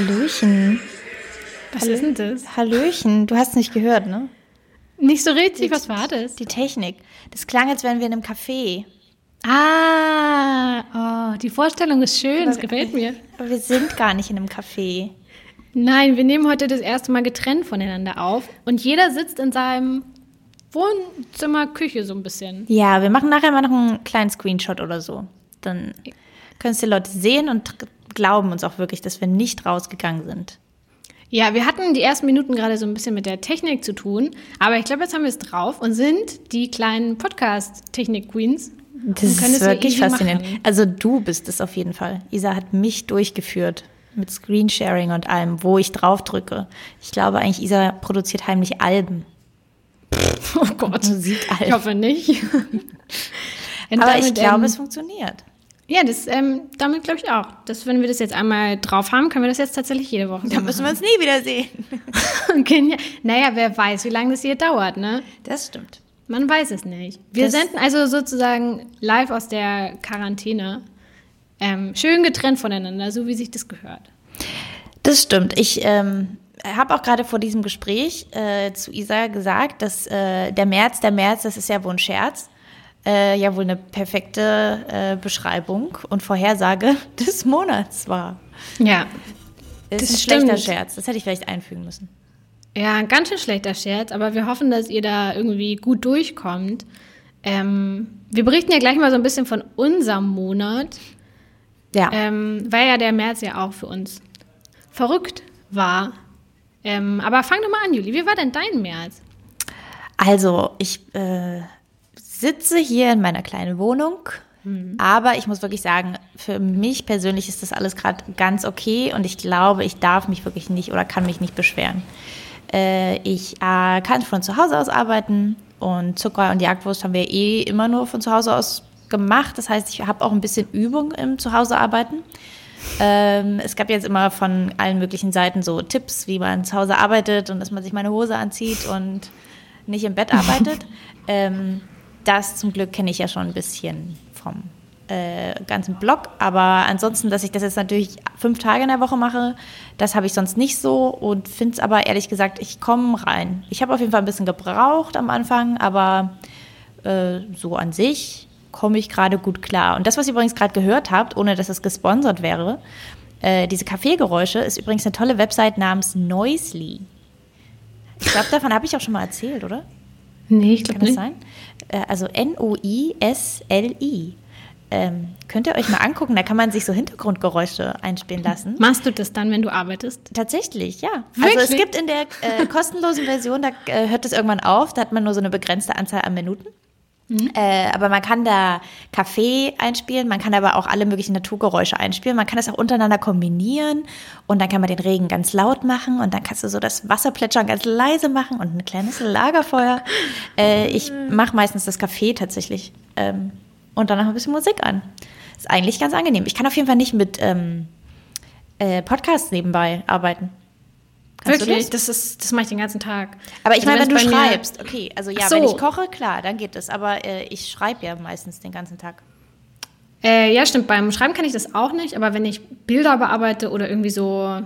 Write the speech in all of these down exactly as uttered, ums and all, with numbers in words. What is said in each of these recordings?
Hallöchen. Was Hallö- ist denn das? Hallöchen. Du hast es nicht gehört, ne? Nicht so richtig, was war das? Die Technik. Das klang, als wären wir in einem Café. Ah, oh, die Vorstellung ist schön, das gefällt mir. Aber wir sind gar nicht in einem Café. Nein, wir nehmen heute das erste Mal getrennt voneinander auf und jeder sitzt in seinem Wohnzimmer, Küche so ein bisschen. Ja, wir machen nachher mal noch einen kleinen Screenshot oder so. Dann können es die Leute sehen und glauben uns auch wirklich, dass wir nicht rausgegangen sind. Ja, wir hatten die ersten Minuten gerade so ein bisschen mit der Technik zu tun, aber ich glaube, jetzt haben wir es drauf und sind die kleinen Podcast-Technik-Queens. Das ist es so wirklich easy faszinierend. machen. Also du bist es auf jeden Fall. Isa hat mich durchgeführt mit Screensharing und allem, wo ich drauf drücke. Ich glaube eigentlich, Isa produziert heimlich Alben. Oh Gott, Musikalben. ich hoffe nicht. Und Aber damit, ich glaube, ähm, es funktioniert. Ja, das, ähm, damit glaube ich auch. Dass, wenn wir das jetzt einmal drauf haben, können wir das jetzt tatsächlich jede Woche so Da müssen wir uns nie wieder sehen. machen. Genial. Naja, wer weiß, wie lange das hier dauert, ne? Das stimmt. Man weiß es nicht. Wir Das- senden also sozusagen live aus der Quarantäne. Ähm, schön getrennt voneinander, so wie sich das gehört. Das stimmt. Ich ähm, habe auch gerade vor diesem Gespräch äh, zu Isa gesagt, dass äh, der März, der März, das ist ja wohl ein Scherz. Äh, ja wohl eine perfekte äh, Beschreibung und Vorhersage des Monats war. Ja. Das ist Das ein schlechter stimmt. Scherz. Das hätte ich vielleicht einfügen müssen. Ja, ein ganz schön schlechter Scherz, aber wir hoffen, dass ihr da irgendwie gut durchkommt. Ähm, wir berichten ja gleich mal so ein bisschen von unserem Monat, Ja. ähm, weil ja der März ja auch für uns verrückt war. Ähm, aber fang doch mal an, Juli. Wie war denn dein März? Also, ich äh, sitze hier in meiner kleinen Wohnung, aber ich muss wirklich sagen, für mich persönlich ist das alles gerade ganz okay und ich glaube, ich darf mich wirklich nicht oder kann mich nicht beschweren. Äh, ich äh, kann von zu Hause aus arbeiten und Zucker und Jagdwurst haben wir eh immer nur von zu Hause aus gemacht. Das heißt, ich habe auch ein bisschen Übung im Zuhause-Arbeiten. Ähm, es gab jetzt immer von allen möglichen Seiten so Tipps, wie man zu Hause arbeitet und dass man sich mal eine Hose anzieht und nicht im Bett arbeitet. ähm, das zum Glück kenne ich ja schon ein bisschen vom äh, ganzen Blog. Aber ansonsten, dass ich das jetzt natürlich fünf Tage in der Woche mache, das habe ich sonst nicht so und finde es aber ehrlich gesagt, ich komme rein. Ich habe auf jeden Fall ein bisschen gebraucht am Anfang, aber äh, so an sich komme ich gerade gut klar. Und das, was ihr übrigens gerade gehört habt, ohne dass es gesponsert wäre, äh, diese Kaffeegeräusche, ist übrigens eine tolle Website namens Noisely. Ich glaube, davon habe ich auch schon mal erzählt, oder? Nee, ich Kann glaube das nicht. sein? Äh, also N O I S L I. Ähm, könnt ihr euch mal angucken, da kann man sich so Hintergrundgeräusche einspielen lassen. Machst du das dann, wenn du arbeitest? Tatsächlich, ja. Wirklich? Also es gibt in der äh, kostenlosen Version, da äh, hört es irgendwann auf, da hat man nur so eine begrenzte Anzahl an Minuten. Mhm. Äh, aber man kann da Kaffee einspielen, man kann aber auch alle möglichen Naturgeräusche einspielen. Man kann das auch untereinander kombinieren und dann kann man den Regen ganz laut machen und dann kannst du so das Wasserplätschern ganz leise machen und ein kleines Lagerfeuer. Äh, ich mache meistens das Kaffee tatsächlich ähm, und dann noch ein bisschen Musik an. Ist eigentlich ganz angenehm. Ich kann auf jeden Fall nicht mit ähm, äh, Podcasts nebenbei arbeiten. Kannst du Wirklich? das? Das, ist, das mache ich den ganzen Tag. Aber ich Also meine, wenn du wenn's bei mir- schreibst, okay, also ja, Ach so. wenn ich koche, klar, dann geht es. Aber äh, ich schreibe ja meistens den ganzen Tag. Äh, ja, stimmt. Beim Schreiben kann ich das auch nicht, aber wenn ich Bilder bearbeite oder irgendwie so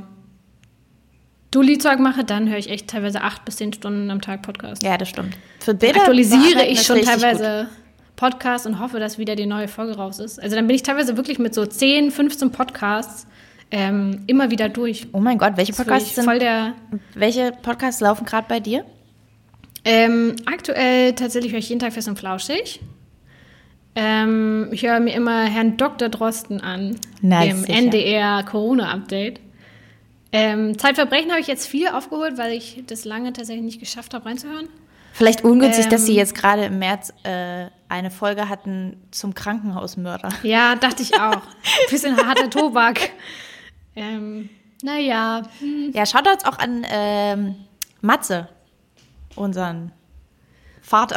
Dulli-Zeug mache, dann höre ich echt teilweise acht bis zehn Stunden am Tag Podcast. Ja, das stimmt. Für Dann Bilder aktualisiere bearbeiten ich ist schon richtig teilweise Podcast und hoffe, dass wieder die neue Folge raus ist. Also dann bin ich teilweise wirklich mit so zehn, fünfzehn Podcasts ähm, immer wieder durch. gut. Oh mein Gott, welche Das ist Podcasts wirklich voll sind, der... welche Podcasts laufen gerade bei dir? Ähm, aktuell tatsächlich höre ich jeden Tag Fest und Flauschig. Ähm, ich höre mir immer Herrn Doktor Drosten an, Nice, im sicher. N D R Corona-Update. Ähm, Zeitverbrechen habe ich jetzt viel aufgeholt, weil ich das lange tatsächlich nicht geschafft habe, reinzuhören. Vielleicht ungünstig, dass sie Ähm. jetzt gerade im März äh, eine Folge hatten zum Krankenhausmörder. Ja, dachte ich auch. Bisschen harter Tobak. Ähm, naja, Ja, Shoutouts auch an ähm, Matze, unseren Vater.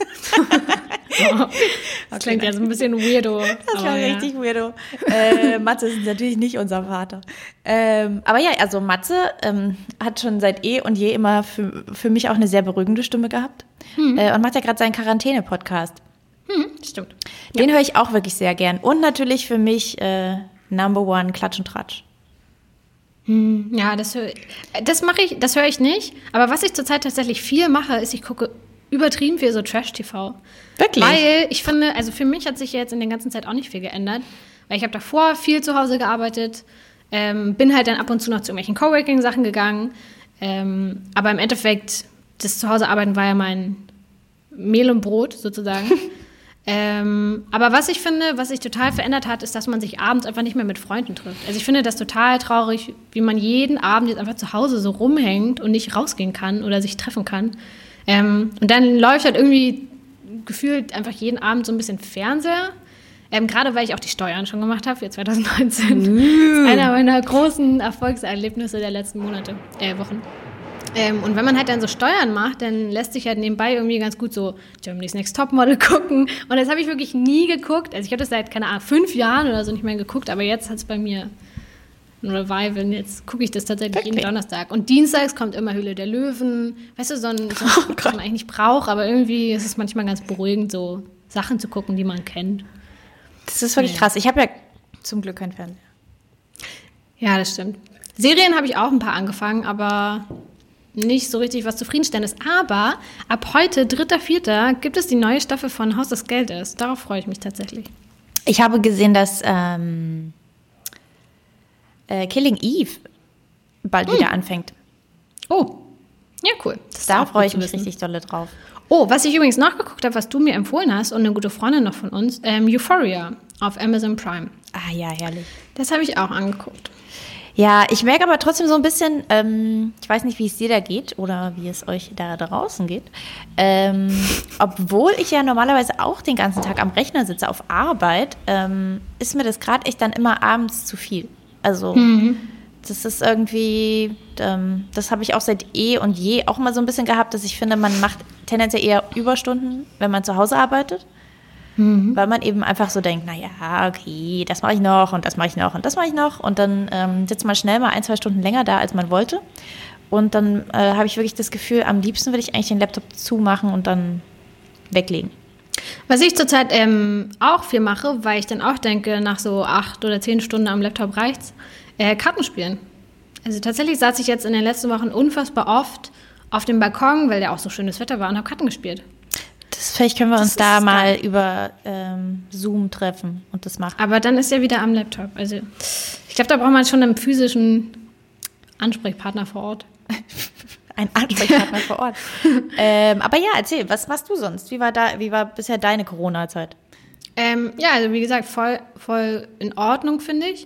das klingt ja so ein bisschen weirdo. Das aber war ja. richtig weirdo. Äh, Matze ist natürlich nicht unser Vater. Ähm, aber ja, also Matze ähm, hat schon seit eh und je immer für, für mich auch eine sehr beruhigende Stimme gehabt. Äh, und macht ja gerade seinen Quarantäne-Podcast. Hm, stimmt. Den höre ich auch wirklich sehr gern. Und natürlich für mich äh, Number One Klatsch und Tratsch. Hm, ja, das höre das mache ich, das höre ich nicht. Aber was ich zurzeit tatsächlich viel mache, ist, ich gucke übertrieben viel so Trash-T V. Wirklich? Weil ich finde, also für mich hat sich jetzt in der ganzen Zeit auch nicht viel geändert. Weil ich habe davor viel zu Hause gearbeitet, ähm, bin halt dann ab und zu noch zu irgendwelchen Coworking-Sachen gegangen. Ähm, aber im Endeffekt, das Zuhause-Arbeiten war ja mein Mehl und Brot sozusagen. ähm, aber was ich finde, was sich total verändert hat, ist, dass man sich abends einfach nicht mehr mit Freunden trifft. Also ich finde das total traurig, wie man jeden Abend jetzt einfach zu Hause so rumhängt und nicht rausgehen kann oder sich treffen kann. Ähm, und dann läuft halt irgendwie gefühlt einfach jeden Abend so ein bisschen Fernseher. Ähm, gerade weil ich auch die Steuern schon gemacht habe für zwanzig neunzehn. Mm. Das ist einer meiner großen Erfolgserlebnisse der letzten Monate, äh, Wochen. Ähm, und wenn man halt dann so Steuern macht, dann lässt sich halt nebenbei irgendwie ganz gut so Germany's Next Topmodel gucken. Und das habe ich wirklich nie geguckt. Also ich habe das seit, keine Ahnung, fünf Jahren oder so nicht mehr geguckt. Aber jetzt hat es bei mir ein Revival. Und jetzt gucke ich das tatsächlich okay. jeden Donnerstag. Und dienstags kommt immer Höhle der Löwen. Weißt du, so ein, so ein oh, was man eigentlich nicht braucht. Aber irgendwie ist es manchmal ganz beruhigend, so Sachen zu gucken, die man kennt. Das ist wirklich ja. krass. Ich habe ja zum Glück keinen Fernseher. Ja, das stimmt. Serien habe ich auch ein paar angefangen, aber nicht so richtig was Zufriedenstellendes. Aber ab heute, dritter vierter, gibt es die neue Staffel von Haus des Geldes. Darauf freue ich mich tatsächlich. Ich habe gesehen, dass ähm, äh, Killing Eve bald hm. wieder anfängt. Oh, ja cool. Das da freue ich mich richtig dolle drauf. Oh, was ich übrigens nachgeguckt habe, was du mir empfohlen hast und eine gute Freundin noch von uns, ähm, Euphoria auf Amazon Prime. Ah ja, herrlich. Das habe ich auch angeguckt. Ja, ich merke aber trotzdem so ein bisschen, ähm, ich weiß nicht, wie es dir da geht oder wie es euch da draußen geht, ähm, obwohl ich ja normalerweise auch den ganzen Tag am Rechner sitze auf Arbeit, ähm, ist mir das gerade echt dann immer abends zu viel. Also mhm. das ist irgendwie, ähm, das habe ich auch seit eh und je auch mal so ein bisschen gehabt, dass ich finde, man macht tendenziell eher Überstunden, wenn man zu Hause arbeitet. Mhm. Weil man eben einfach so denkt, naja, okay, das mache ich noch und das mache ich noch und das mache ich noch. Und dann ähm, sitzt man schnell mal ein, zwei Stunden länger da, als man wollte. Und dann äh, habe ich wirklich das Gefühl, am liebsten würde ich eigentlich den Laptop zumachen und dann weglegen. Was ich zurzeit ähm, auch viel mache, weil ich dann auch denke, nach so acht oder zehn Stunden am Laptop reicht's, äh, Karten spielen. Also tatsächlich saß ich jetzt in den letzten Wochen unfassbar oft auf dem Balkon, weil ja auch so schönes Wetter war, und habe Karten gespielt. Das, vielleicht können wir das uns da mal geil. über ähm, Zoom treffen und das machen. Aber dann ist er wieder am Laptop. Also ich glaube, da braucht man schon einen physischen Ansprechpartner vor Ort. Ein Ansprechpartner vor Ort. Ähm, aber ja, erzähl, was machst du sonst? Wie war da, wie war bisher deine Corona-Zeit? Ähm, ja, also wie gesagt, voll, voll in Ordnung, finde ich.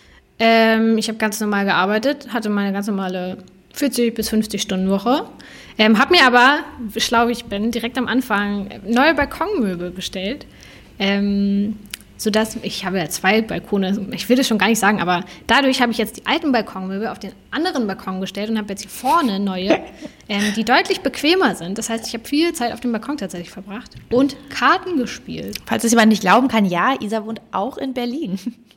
Ähm, ich habe ganz normal gearbeitet, hatte meine ganz normale vierzig bis fünfzig Stunden Woche. Ähm, habe mir aber, schlau wie ich bin, direkt am Anfang neue Balkonmöbel bestellt. Ähm, sodass, ich habe ja zwei Balkone, ich will das schon gar nicht sagen, aber dadurch habe ich jetzt die alten Balkonmöbel auf den anderen Balkon gestellt und habe jetzt hier vorne neue, ähm, die deutlich bequemer sind. Das heißt, ich habe viel Zeit auf dem Balkon tatsächlich verbracht und Karten gespielt. Falls es jemand nicht glauben kann, ja, Isa wohnt auch in Berlin.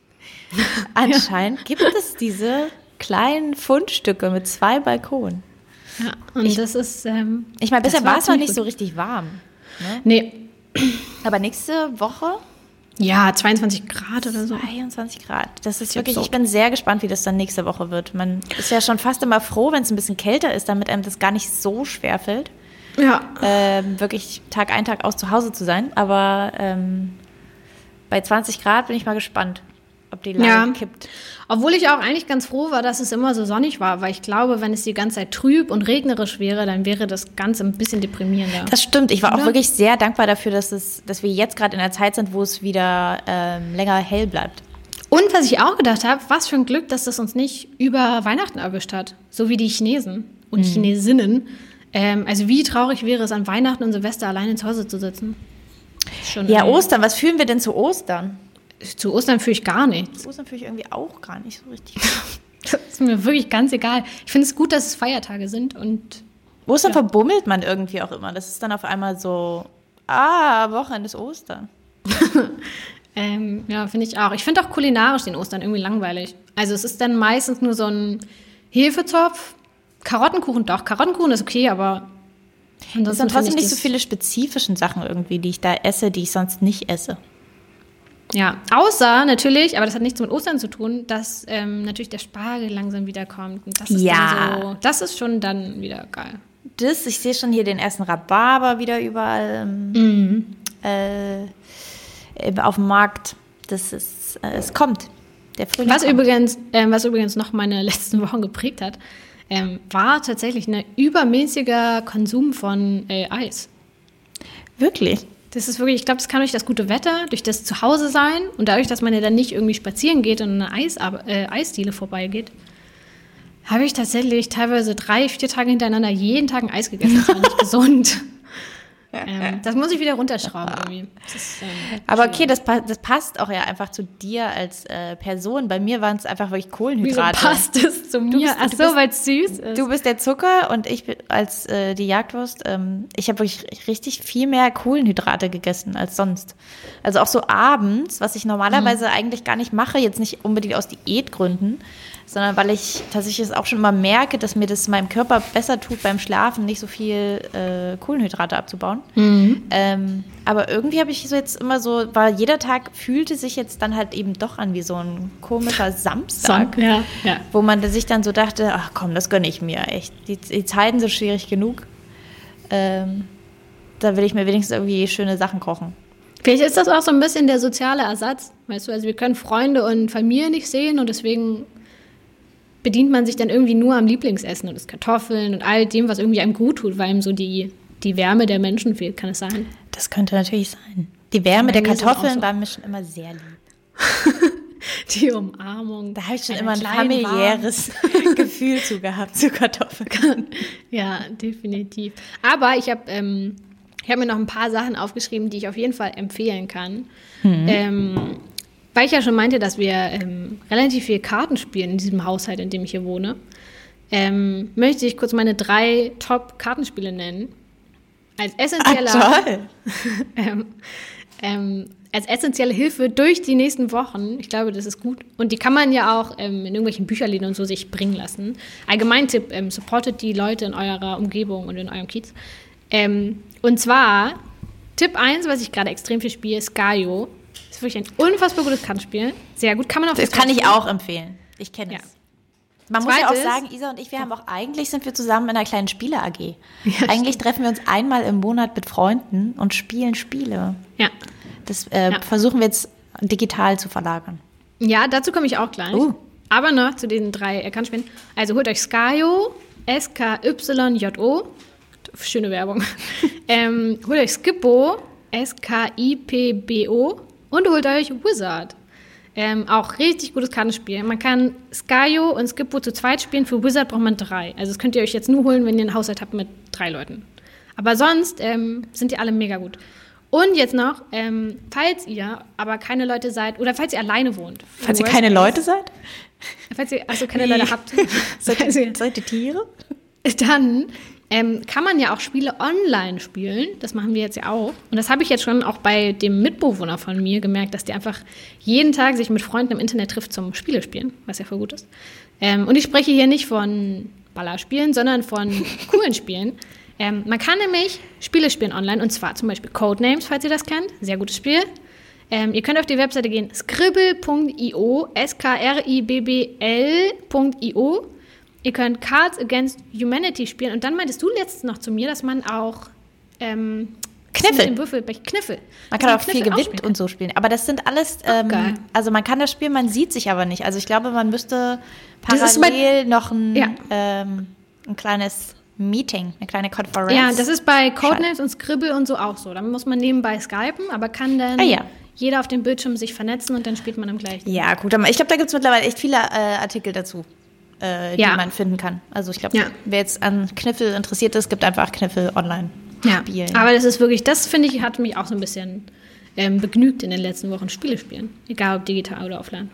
Anscheinend ja. gibt es diese kleinen Fundstücke mit zwei Balkonen. Ja, und ich, das ist... Ähm, ich meine, bisher war es noch nicht gut. so richtig warm. Ne? Nee. Aber nächste Woche... Ja, zweiundzwanzig Grad oder so. zweiundzwanzig Grad. Das ist ich wirklich, ich bin sehr gespannt, wie das dann nächste Woche wird. Man ist ja schon fast immer froh, wenn es ein bisschen kälter ist, damit einem das gar nicht so schwer fällt. Ja. Ähm, wirklich Tag ein, Tag aus zu Hause zu sein. Aber ähm, bei zwanzig Grad bin ich mal gespannt, ob die Lage ja. kippt. Obwohl ich auch eigentlich ganz froh war, dass es immer so sonnig war, weil ich glaube, wenn es die ganze Zeit trüb und regnerisch wäre, dann wäre das Ganze ein bisschen deprimierender. Das stimmt. Ich war Oder? auch wirklich sehr dankbar dafür, dass, es, dass wir jetzt gerade in der Zeit sind, wo es wieder ähm, länger hell bleibt. Und was ich auch gedacht habe, was für ein Glück, dass das uns nicht über Weihnachten erwischt hat. So wie die Chinesen und mhm. Chinesinnen. Ähm, also wie traurig wäre es, an Weihnachten und Silvester alleine zu Hause zu sitzen. Schon ja, Ostern. Was fühlen wir denn zu Ostern? Zu Ostern fühle ich gar nichts. Zu Ostern fühle ich irgendwie auch gar nicht so richtig. Das ist mir wirklich ganz egal. Ich finde es gut, dass es Feiertage sind. Und Ostern ja. verbummelt man irgendwie auch immer. Das ist dann auf einmal so, ah, Wochenende ist Ostern. ähm, ja, finde ich auch. Ich finde auch kulinarisch den Ostern irgendwie langweilig. Also es ist dann meistens nur so ein Hefezopf, Karottenkuchen. Doch, Karottenkuchen ist okay, aber es sind trotzdem nicht so viele spezifischen Sachen irgendwie, die ich da esse, die ich sonst nicht esse. Ja, außer natürlich, aber das hat nichts mit Ostern zu tun, dass ähm, natürlich der Spargel langsam wiederkommt. Und das ist Ja. dann so, das ist schon dann wieder geil. Das, ich sehe schon hier den ersten Rhabarber wieder überall ähm, Mhm. äh, auf dem Markt. Das ist, äh, es kommt. Der Frühling Was kommt. übrigens, ähm, was übrigens noch meine letzten Wochen geprägt hat, ähm, war tatsächlich ein übermäßiger Konsum von äh, Eis. Wirklich? Das ist wirklich, ich glaube, das kann durch das gute Wetter, durch das Zuhause sein und dadurch, dass man ja dann nicht irgendwie spazieren geht und an einer Eis, äh, Eisdiele vorbeigeht, habe ich tatsächlich teilweise drei, vier Tage hintereinander jeden Tag ein Eis gegessen. Das war nicht gesund. Ähm, das muss ich wieder runterschrauben irgendwie. Das ist, ähm, Aber okay, das, pa- das passt auch ja einfach zu dir als äh, Person. Bei mir waren es einfach wirklich Wieso Kohlenhydrate. passt es zu mir? bist- Ach du so, bist- weil es süß ist. Du bist der Zucker und ich bin als äh, die Jagdwurst. Ähm, ich habe wirklich richtig viel mehr Kohlenhydrate gegessen als sonst. Also auch so abends, was ich normalerweise eigentlich gar nicht mache, jetzt nicht unbedingt aus Diätgründen, sondern weil ich tatsächlich es auch schon immer merke, dass mir das meinem Körper besser tut, beim Schlafen nicht so viel äh, Kohlenhydrate abzubauen. Ähm, aber irgendwie habe ich so jetzt immer so, war jeder Tag fühlte sich jetzt dann halt eben doch an wie so ein komischer Samstag, Ja, ja. wo man sich dann so dachte, ach komm, das gönne ich mir echt. Die, die Zeiten sind schwierig genug. Ähm, da will ich mir wenigstens irgendwie schöne Sachen kochen. Vielleicht ist das auch so ein bisschen der soziale Ersatz. Weißt du, also wir können Freunde und Familie nicht sehen und deswegen bedient man sich dann irgendwie nur am Lieblingsessen und das Kartoffeln und all dem, was irgendwie einem gut tut, weil ihm so die, die Wärme der Menschen fehlt, kann es sein. Das könnte natürlich sein. Die Wärme Bei der mir ist es auch Kartoffeln so. war mir schon immer sehr lieb. Die Umarmung. Da habe ich schon einer immer ein kleinen familiäres Gefühl zu gehabt, zu Kartoffeln. Ja, definitiv. Aber ich habe ähm, ich hab mir noch ein paar Sachen aufgeschrieben, die ich auf jeden Fall empfehlen kann. Ähm, weil ich ja schon meinte, dass wir ähm, relativ viel Karten spielen in diesem Haushalt, in dem ich hier wohne, ähm, möchte ich kurz meine drei Top-Kartenspiele nennen. Als essentieller, Ah, toll. ähm, ähm, als essentielle Hilfe durch die nächsten Wochen. Ich glaube, das ist gut. Und die kann man ja auch ähm, in irgendwelchen Bücherläden und so sich bringen lassen. Allgemeintipp, ähm, supportet die Leute in eurer Umgebung und in eurem Kiez. Ähm, und zwar, Tipp eins, was ich gerade extrem viel spiele, ist Gaio. Das ist wirklich ein unfassbar gutes Kartenspiel. Sehr gut, kann man auch Das kann ich auch empfehlen. Ich kenne Ja. es. Man muss ja auch Zweites- sagen, Isa und ich, wir haben auch, eigentlich sind wir zusammen in einer kleinen Spiele-A G. Eigentlich treffen wir uns einmal im Monat mit Freunden und spielen Spiele. Ja. Das äh, Ja. versuchen wir jetzt digital zu verlagern. Ja, dazu komme ich auch gleich. Uh. Aber noch zu den drei äh, Kartenspielen. Also holt euch Skajo, S K Y J O. Schöne Werbung. ähm, holt euch Skippo, S K I P B O. Und holt euch Wizard. Ähm, auch richtig gutes Kartenspiel. Man kann Skajo und Skippo zu zweit spielen. Für Wizard braucht man drei. Also das könnt ihr euch jetzt nur holen, wenn ihr einen Haushalt habt mit drei Leuten. Aber sonst ähm, sind die alle mega gut. Und jetzt noch, ähm, falls ihr aber keine Leute seid, oder falls ihr alleine wohnt. Falls ihr Worst keine case- Leute seid? Falls ihr also keine Wie? Leute habt. Seid falls ihr- ihr, seid ihr Tiere? Dann ähm, kann man ja auch Spiele online spielen. Das machen wir jetzt ja auch. Und das habe ich jetzt schon auch bei dem Mitbewohner von mir gemerkt, dass der einfach jeden Tag sich mit Freunden im Internet trifft zum Spiele spielen, was ja voll gut ist. Ähm, und ich spreche hier nicht von Ballerspielen, sondern von coolen Spielen. Ähm, man kann nämlich Spiele spielen online, und zwar zum Beispiel Codenames, falls ihr das kennt. Sehr gutes Spiel. Ähm, ihr könnt auf die Webseite gehen, scribble punkt io, S K R I B B L punkt io. Ihr könnt Cards Against Humanity spielen. Und dann meintest du letztens noch zu mir, dass man auch ähm, Kniffel. mit dem Würfelbecher, Kniffel. Man dass kann auch Kniffel viel Gewinn spielen und so spielen. Aber das sind alles, ähm, geil. also man kann das spielen, man sieht sich aber nicht. Also ich glaube, man müsste Das ist bei- parallel noch ein, Ja. ähm, ein kleines Meeting, eine kleine Konferenz. Ja, das ist bei Codenames und Scribble und so auch so. Da muss man nebenbei skypen, aber kann dann Ah, ja. jeder auf dem Bildschirm sich vernetzen und dann spielt man am gleichen. Ja, gut, aber ich glaube, da gibt es mittlerweile echt viele äh, Artikel dazu, äh, die Ja. man finden kann. Also ich glaube, Ja. wer jetzt an Kniffel interessiert ist, gibt einfach Kniffel online Ja, spielen. aber das ist wirklich, das finde ich, hat mich auch so ein bisschen ähm, begnügt in den letzten Wochen, Spiele spielen. Egal ob digital oder offline.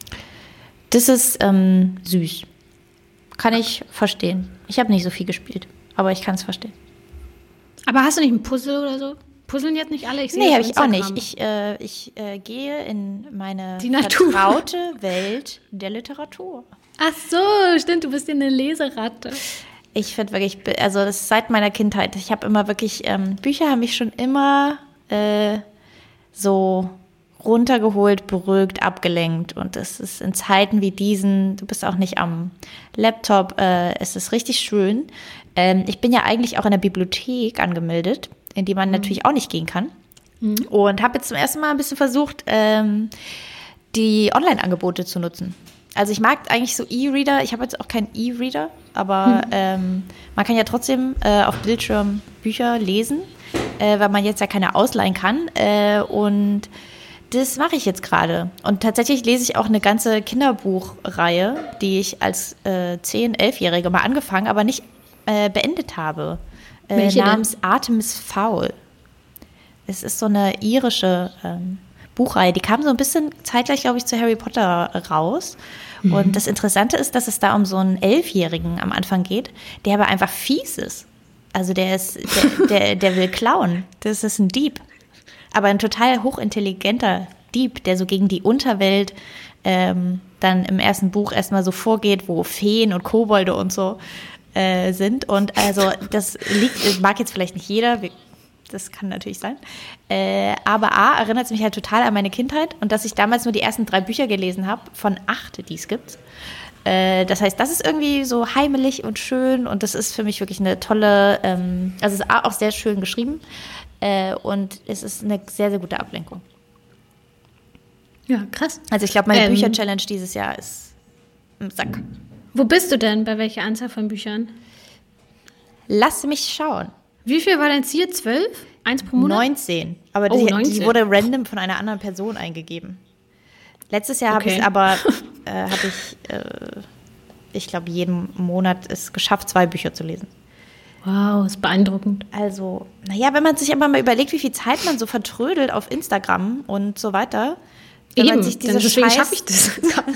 Das ist ähm, süß. Kann ich verstehen. Ich habe nicht so viel gespielt, aber ich kann es verstehen. Aber hast du nicht ein Puzzle oder so? Puzzeln jetzt nicht alle? Ich sehe Nee, das habe auf ich auch Instagram. nicht. Ich, äh, ich äh, gehe in meine Die Natur. vertraute Welt der Literatur. Ach so, stimmt, du bist ja eine Leseratte. Ich finde wirklich, also das ist seit meiner Kindheit. Ich habe immer wirklich, ähm, Bücher haben mich schon immer äh, so runtergeholt, beruhigt, abgelenkt. Und es ist in Zeiten wie diesen, du bist auch nicht am Laptop, äh, es ist richtig schön. Ähm, ich bin ja eigentlich auch in der Bibliothek angemeldet, in die man mhm. natürlich auch nicht gehen kann. Mhm. Und habe jetzt zum ersten Mal ein bisschen versucht, ähm, die Online-Angebote zu nutzen. Also ich mag eigentlich so E-Reader, ich habe jetzt auch keinen E-Reader, aber mhm. ähm, man kann ja trotzdem äh, auf Bildschirm Bücher lesen, äh, weil man jetzt ja keine ausleihen kann. Äh, und das mache ich jetzt gerade. Und tatsächlich lese ich auch eine ganze Kinderbuchreihe, die ich als äh, zehn-, elfjährige mal angefangen, aber nicht äh, beendet habe. Äh, namens denn? Atem ist faul. Es ist so eine irische ähm, Buchreihe. Die kam so ein bisschen zeitgleich, glaube ich, zu Harry Potter raus. Mhm. Und das Interessante ist, dass es da um so einen Elfjährigen am Anfang geht, der aber einfach fies ist. Also der ist, der, der, der will klauen. Das ist ein Dieb. Aber ein total hochintelligenter Dieb, der so gegen die Unterwelt ähm, dann im ersten Buch erstmal so vorgeht, wo Feen und Kobolde und so äh, sind. Und also das liegt, mag jetzt vielleicht nicht jeder, das kann natürlich sein. Äh, aber A, erinnert es mich halt total an meine Kindheit und dass ich damals nur die ersten drei Bücher gelesen habe, von acht, die es gibt. Äh, das heißt, das ist irgendwie so heimelig und schön und das ist für mich wirklich eine tolle, ähm, also es ist A, auch sehr schön geschrieben. Äh, und es ist eine sehr, sehr gute Ablenkung. Ja, krass. Also ich glaube, meine ähm, Bücher-Challenge dieses Jahr ist im Sack. Wo bist du denn? Bei welcher Anzahl von Büchern? Lass mich schauen. Wie viel war dein Ziel? Zwölf? Eins pro Monat? neunzehn. Aber oh, die, neunzehn. Die wurde random von einer anderen Person eingegeben. Letztes Jahr okay. habe ich es aber, äh, habe ich, äh, ich glaube, jeden Monat es geschafft, zwei Bücher zu lesen. Wow, ist beeindruckend. Also, naja, wenn man sich aber mal überlegt, wie viel Zeit man so vertrödelt auf Instagram und so weiter. Wenn Eben, man sich diese deswegen Scheiß- schaffe ich das.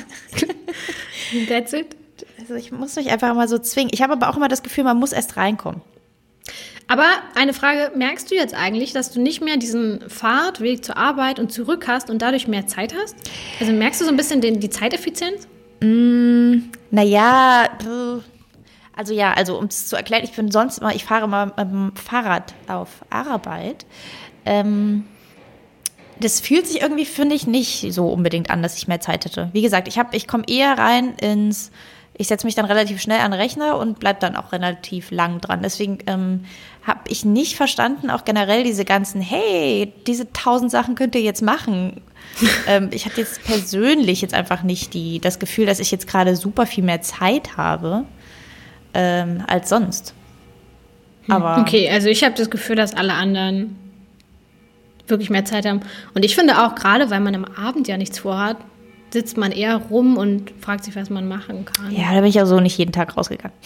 That's it. Also ich muss mich einfach mal so zwingen. Ich habe aber auch immer das Gefühl, man muss erst reinkommen. Aber eine Frage, merkst du jetzt eigentlich, dass du nicht mehr diesen Fahrtweg zur Arbeit und zurück hast und dadurch mehr Zeit hast? Also merkst du so ein bisschen den, die Zeiteffizienz? Mm, naja, also ja, also um es zu erklären, ich bin sonst immer, ich fahre mal mit dem Fahrrad auf Arbeit. Ähm, das fühlt sich irgendwie, finde ich, nicht so unbedingt an, dass ich mehr Zeit hätte. Wie gesagt, ich, hab, ich komme eher rein ins, ich setze mich dann relativ schnell an den Rechner und bleibe dann auch relativ lang dran. Deswegen ähm, habe ich nicht verstanden, auch generell diese ganzen, hey, diese tausend Sachen könnt ihr jetzt machen. ähm, ich hatte jetzt persönlich jetzt einfach nicht die, das Gefühl, dass ich jetzt gerade super viel mehr Zeit habe ähm, als sonst. Aber okay, also ich habe das Gefühl, dass alle anderen wirklich mehr Zeit haben. Und ich finde auch, gerade weil man am Abend ja nichts vorhat, sitzt man eher rum und fragt sich, was man machen kann. Ja, da bin ich ja so nicht jeden Tag rausgegangen.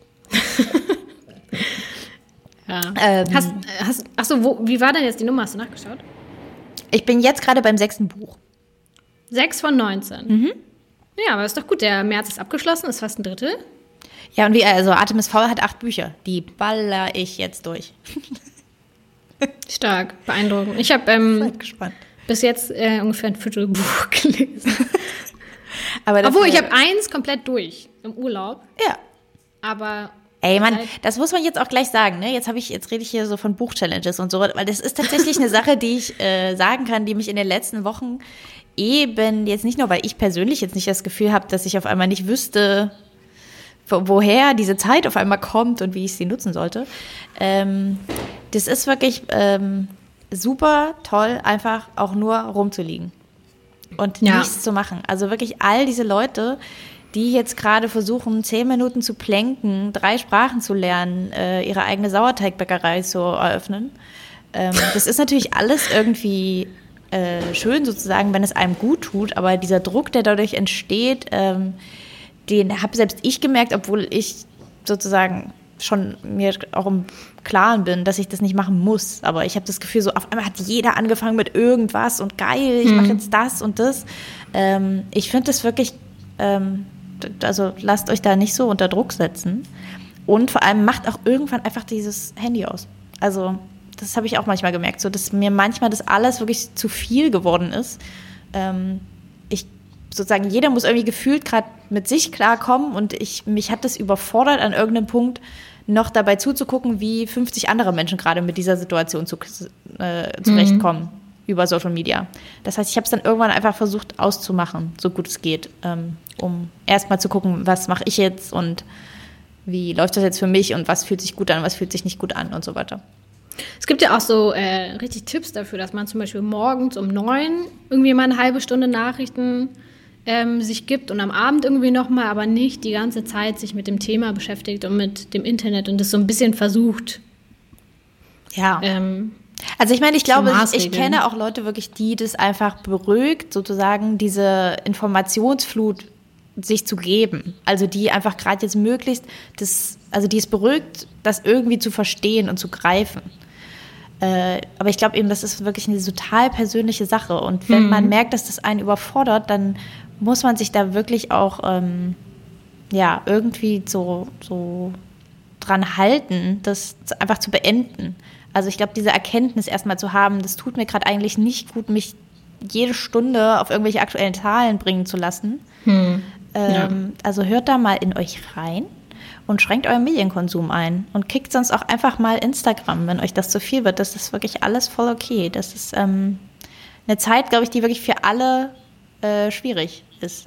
ja. Ähm, hast, hast, achso, wo, wie war denn jetzt die Nummer? Hast du nachgeschaut? Ich bin jetzt gerade beim sechsten Buch. Sechs von neunzehn. Mhm. Ja, aber ist doch gut. Der März ist abgeschlossen, ist fast ein Drittel. Ja, und wie, also Atem ist faul hat acht Bücher. Die baller ich jetzt durch. Stark, beeindruckend. Ich habe ähm, gespannt. bis jetzt äh, ungefähr ein Viertelbuch gelesen. Aber Obwohl, ich habe eins komplett durch im Urlaub. Ja. Aber ey, Mann, das muss man jetzt auch gleich sagen, ne? Jetzt habe ich, jetzt rede ich hier so von Buch-Challenges und so, weil das ist tatsächlich eine Sache, die ich äh, sagen kann, die mich in den letzten Wochen eben jetzt nicht nur, weil ich persönlich jetzt nicht das Gefühl habe, dass ich auf einmal nicht wüsste, wo, woher diese Zeit auf einmal kommt und wie ich sie nutzen sollte. Ähm, das ist wirklich ähm, super toll, einfach auch nur rumzuliegen und ja. nichts zu machen. Also wirklich all diese Leute, die jetzt gerade versuchen, zehn Minuten zu plänken, drei Sprachen zu lernen, äh, ihre eigene Sauerteigbäckerei zu eröffnen. Ähm, das ist natürlich alles irgendwie äh, schön sozusagen, wenn es einem gut tut, aber dieser Druck, der dadurch entsteht, ähm, den habe selbst ich gemerkt, obwohl ich sozusagen schon mir auch im Klaren bin, dass ich das nicht machen muss. Aber ich habe das Gefühl, so auf einmal hat jeder angefangen mit irgendwas und geil, ich mache jetzt das und das. Ähm, ich finde das wirklich, ähm, also lasst euch da nicht so unter Druck setzen. Und vor allem macht auch irgendwann einfach dieses Handy aus. Also das habe ich auch manchmal gemerkt, so dass mir manchmal das alles wirklich zu viel geworden ist. Ähm, ich sozusagen, jeder muss irgendwie gefühlt gerade mit sich klarkommen und ich, mich hat das überfordert, an irgendeinem Punkt noch dabei zuzugucken, wie fünfzig andere Menschen gerade mit dieser Situation zu, äh, zurechtkommen. Mhm. über Social Media. Das heißt, ich habe es dann irgendwann einfach versucht auszumachen, so gut es geht, ähm, um erstmal zu gucken, was mache ich jetzt und wie läuft das jetzt für mich und was fühlt sich gut an, was fühlt sich nicht gut an und so weiter. Es gibt ja auch so äh, richtig Tipps dafür, dass man zum Beispiel morgens um neun irgendwie mal eine halbe Stunde Nachrichten ähm, sich gibt und am Abend irgendwie nochmal, aber nicht die ganze Zeit sich mit dem Thema beschäftigt und mit dem Internet und das so ein bisschen versucht. Ja. Ähm, also ich meine, ich glaube, ich, ich kenne auch Leute wirklich, die das einfach beruhigt, sozusagen diese Informationsflut sich zu geben. Also die einfach gerade jetzt möglichst, das, also die es beruhigt, das irgendwie zu verstehen und zu greifen. Äh, aber ich glaube eben, das ist wirklich eine total persönliche Sache. Und wenn mhm. man merkt, dass das einen überfordert, dann muss man sich da wirklich auch ähm, ja, irgendwie so, so dran halten, das einfach zu beenden. Also ich glaube, diese Erkenntnis erstmal zu haben, das tut mir gerade eigentlich nicht gut, mich jede Stunde auf irgendwelche aktuellen Zahlen bringen zu lassen. Hm. Ähm, ja. Also hört da mal in euch rein und schränkt euren Medienkonsum ein und kickt sonst auch einfach mal Instagram, wenn euch das zu viel wird. Das ist wirklich alles voll okay. Das ist ähm, eine Zeit, glaube ich, die wirklich für alle äh, schwierig ist.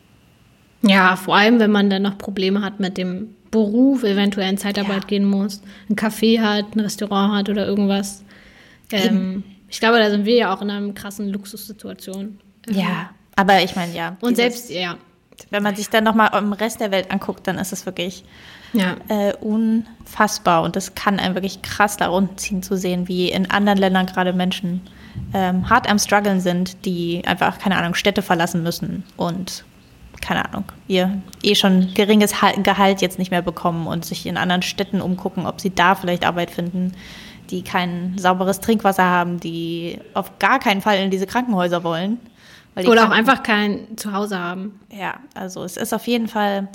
Ja, vor allem, wenn man dann noch Probleme hat mit dem Beruf, eventuell in Zeitarbeit ja. gehen muss, ein Café hat, ein Restaurant hat oder irgendwas. Ähm, ich glaube, da sind wir ja auch in einer krassen Luxussituation. Ja, aber ich meine, ja. Und dieses, selbst, ja. Wenn man sich dann nochmal im Rest der Welt anguckt, dann ist es wirklich ja. äh, unfassbar. Und das kann einen wirklich krass da runterziehen zu sehen, wie in anderen Ländern gerade Menschen ähm, hart am Struggeln sind, die einfach, keine Ahnung, Städte verlassen müssen und keine Ahnung, ihr eh schon geringes Gehalt jetzt nicht mehr bekommen und sich in anderen Städten umgucken, ob sie da vielleicht Arbeit finden, die kein sauberes Trinkwasser haben, die auf gar keinen Fall in diese Krankenhäuser wollen. Weil die Oder Kranken- auch einfach kein Zuhause haben. Ja, also es ist auf jeden Fall,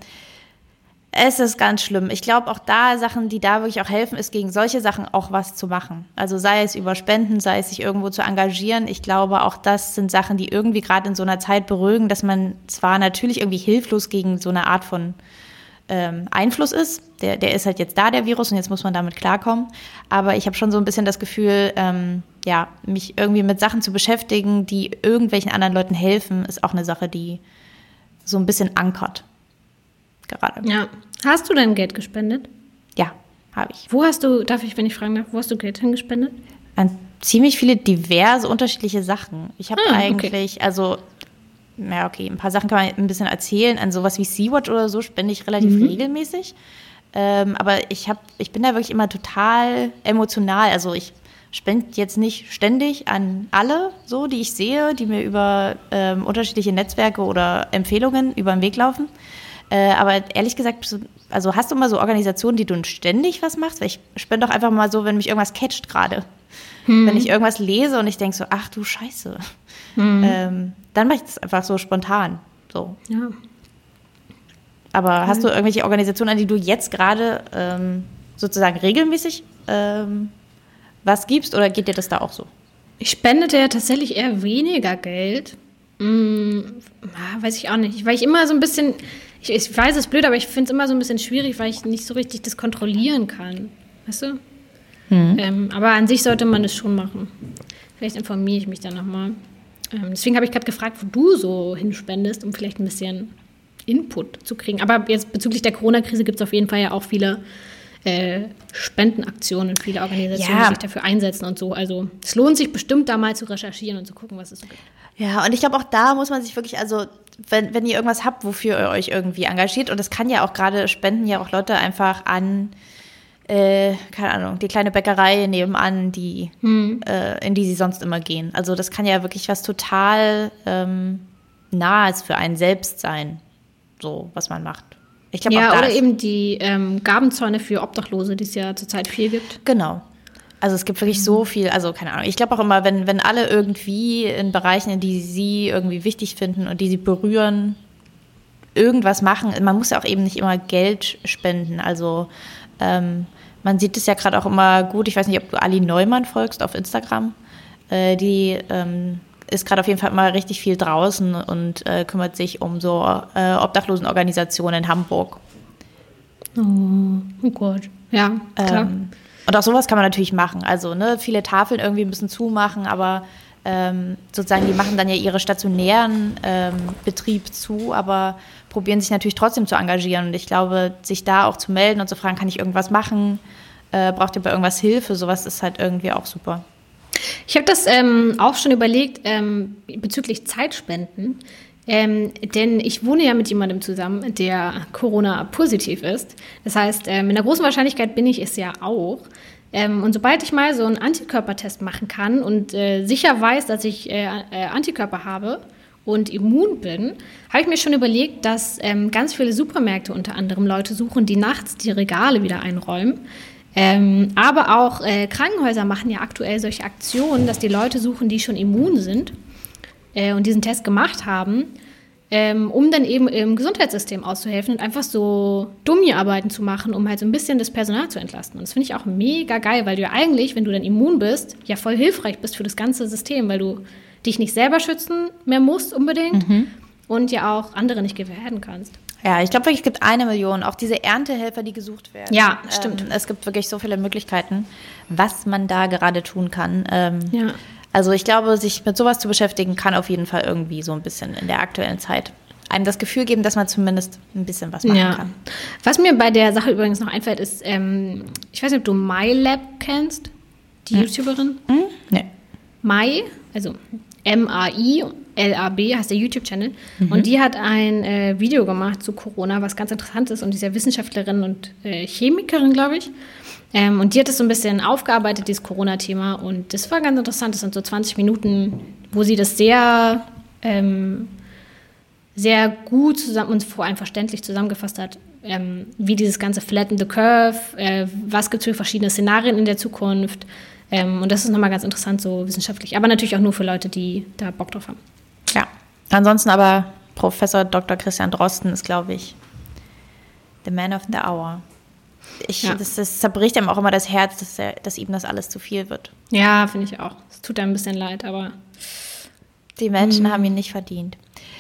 es ist ganz schlimm. Ich glaube auch da Sachen, die da wirklich auch helfen, ist gegen solche Sachen auch was zu machen. Also sei es über Spenden, sei es sich irgendwo zu engagieren. Ich glaube auch das sind Sachen, die irgendwie gerade in so einer Zeit beruhigen, dass man zwar natürlich irgendwie hilflos gegen so eine Art von ähm, Einfluss ist. Der, der ist halt jetzt da, der Virus, und jetzt muss man damit klarkommen. Aber ich habe schon so ein bisschen das Gefühl, ähm, ja, mich irgendwie mit Sachen zu beschäftigen, die irgendwelchen anderen Leuten helfen, ist auch eine Sache, die so ein bisschen ankert. Gerade. Ja. Hast du dein Geld gespendet? Ja, habe ich. Wo hast du, darf ich, wenn ich fragen darf, wo hast du Geld hingespendet? An ziemlich viele diverse, unterschiedliche Sachen. Ich habe ah, eigentlich, okay. also, ja, okay, ein paar Sachen kann man ein bisschen erzählen. An sowas wie Sea-Watch oder so spende ich relativ mhm. regelmäßig. Ähm, aber ich, hab, ich bin da wirklich immer total emotional. Also ich spende jetzt nicht ständig an alle, so, die ich sehe, die mir über ähm, unterschiedliche Netzwerke oder Empfehlungen über den Weg laufen. Äh, aber ehrlich gesagt, also hast du mal so Organisationen, die du ständig was machst? Weil ich spende doch einfach mal so, wenn mich irgendwas catcht gerade. Hm. Wenn ich irgendwas lese und ich denke so, ach du Scheiße. Hm. Ähm, dann mache ich das einfach so spontan. So. Ja. Aber hast du irgendwelche Organisationen, an die du jetzt gerade ähm, sozusagen regelmäßig ähm, was gibst, oder geht dir das da auch so? Ich spendete ja tatsächlich eher weniger Geld. Hm, weiß ich auch nicht. Weil ich immer so ein bisschen... Ich, ich weiß, es ist blöd, aber ich finde es immer so ein bisschen schwierig, weil ich nicht so richtig das kontrollieren kann. Weißt du? Mhm. Ähm, aber an sich sollte man es schon machen. Vielleicht informiere ich mich dann nochmal. Ähm, deswegen habe ich gerade gefragt, wo du so hinspendest, um vielleicht ein bisschen Input zu kriegen. Aber jetzt bezüglich der Corona-Krise gibt es auf jeden Fall ja auch viele äh, Spendenaktionen, viele Organisationen, ja. die sich dafür einsetzen und so. Also es lohnt sich bestimmt, da mal zu recherchieren und zu gucken, was es so gibt. Ja, und ich glaube, auch da muss man sich wirklich, also wenn, wenn ihr irgendwas habt, wofür ihr euch irgendwie engagiert, und das kann ja auch gerade, spenden ja auch Leute einfach an, äh, keine Ahnung, die kleine Bäckerei nebenan, die, hm. äh, in die sie sonst immer gehen. Also das kann ja wirklich was total ähm, Nahes für einen selbst sein, so, was man macht. Ich glaub, ja, auch da oder ist, eben die ähm, Gabenzäune für Obdachlose, die es ja zurzeit viel gibt. Genau. Also es gibt wirklich so viel, also keine Ahnung, ich glaube auch immer, wenn, wenn alle irgendwie in Bereichen, in die sie irgendwie wichtig finden und die sie berühren, irgendwas machen, man muss ja auch eben nicht immer Geld spenden, also ähm, man sieht es ja gerade auch immer gut, ich weiß nicht, ob du Ali Neumann folgst auf Instagram, äh, die ähm, ist gerade auf jeden Fall immer richtig viel draußen und äh, kümmert sich um so äh, Obdachlosenorganisationen in Hamburg. Oh, oh Gott, ja, klar. Ähm, Und auch sowas kann man natürlich machen. Also, ne, viele Tafeln irgendwie ein bisschen zumachen, aber ähm, sozusagen, die machen dann ja ihre stationären ähm, Betrieb zu, aber probieren sich natürlich trotzdem zu engagieren. Und ich glaube, sich da auch zu melden und zu fragen, kann ich irgendwas machen? Äh, braucht ihr bei irgendwas Hilfe? Sowas ist halt irgendwie auch super. Ich habe das ähm, auch schon überlegt ähm, bezüglich Zeitspenden. Ähm, denn ich wohne ja mit jemandem zusammen, der Corona-positiv ist. Das heißt, ähm, mit einer großen Wahrscheinlichkeit bin ich es ja auch. Ähm, und sobald ich mal so einen Antikörpertest machen kann und äh, sicher weiß, dass ich äh, äh, Antikörper habe und immun bin, habe ich mir schon überlegt, dass ähm, ganz viele Supermärkte unter anderem Leute suchen, die nachts die Regale wieder einräumen. Ähm, aber auch äh, Krankenhäuser machen ja aktuell solche Aktionen, dass die Leute suchen, die schon immun sind äh, und diesen Test gemacht haben, ähm, um dann eben im Gesundheitssystem auszuhelfen und einfach so Dummi-Arbeiten zu machen, um halt so ein bisschen das Personal zu entlasten. Und das finde ich auch mega geil, weil du ja eigentlich, wenn du dann immun bist, ja voll hilfreich bist für das ganze System, weil du dich nicht selber schützen mehr musst unbedingt mhm. und ja auch andere nicht gefährden kannst. Ja, ich glaube wirklich, es gibt eine Million, auch diese Erntehelfer, die gesucht werden. Ja, stimmt. Ähm, es gibt wirklich so viele Möglichkeiten, was man da gerade tun kann. Ähm, ja. Also ich glaube, sich mit sowas zu beschäftigen, kann auf jeden Fall irgendwie so ein bisschen in der aktuellen Zeit einem das Gefühl geben, dass man zumindest ein bisschen was machen ja. kann. Was mir bei der Sache übrigens noch einfällt, ist, ähm, ich weiß nicht, ob du MyLab kennst, die hm. YouTuberin? Hm? Nee. My, also M A I L A B heißt der YouTube-Channel. Mhm. Und die hat ein äh, Video gemacht zu Corona, was ganz interessant ist. Und die ist ja Wissenschaftlerin und äh, Chemikerin, glaube ich. Ähm, und die hat das so ein bisschen aufgearbeitet, dieses Corona-Thema. Und das war ganz interessant. Das sind so zwanzig Minuten, wo sie das sehr, ähm, sehr gut zusammen und vor allem verständlich zusammengefasst hat, ähm, wie dieses ganze Flatten the Curve, äh, was gibt es für verschiedene Szenarien in der Zukunft. Ähm, und das ist nochmal ganz interessant, so wissenschaftlich. Aber natürlich auch nur für Leute, die da Bock drauf haben. Ja, ansonsten aber Professor Doktor Christian Drosten ist, glaube ich, the man of the hour. Ich, ja. das, das zerbricht ihm auch immer das Herz, dass, er, dass ihm das alles zu viel wird. Ja, finde ich auch. Es tut einem ein bisschen leid, aber die Menschen mh. haben ihn nicht verdient.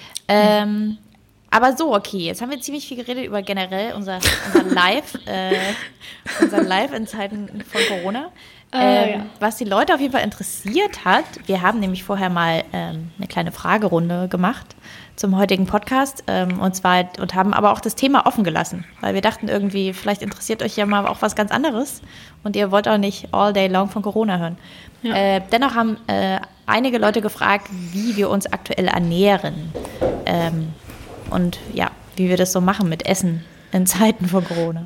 Ähm, aber so, okay, jetzt haben wir ziemlich viel geredet über generell unser, unser Live, äh, unser Live in Zeiten von Corona. Äh, ähm, ja. Was die Leute auf jeden Fall interessiert hat, wir haben nämlich vorher mal ähm, eine kleine Fragerunde gemacht zum heutigen Podcast ähm, und zwar und haben aber auch das Thema offen gelassen, weil wir dachten irgendwie, vielleicht interessiert euch ja mal auch was ganz anderes und ihr wollt auch nicht all day long von Corona hören. Ja. Äh, dennoch haben äh, einige Leute gefragt, wie wir uns aktuell ernähren ähm, und ja, wie wir das so machen mit Essen in Zeiten von Corona.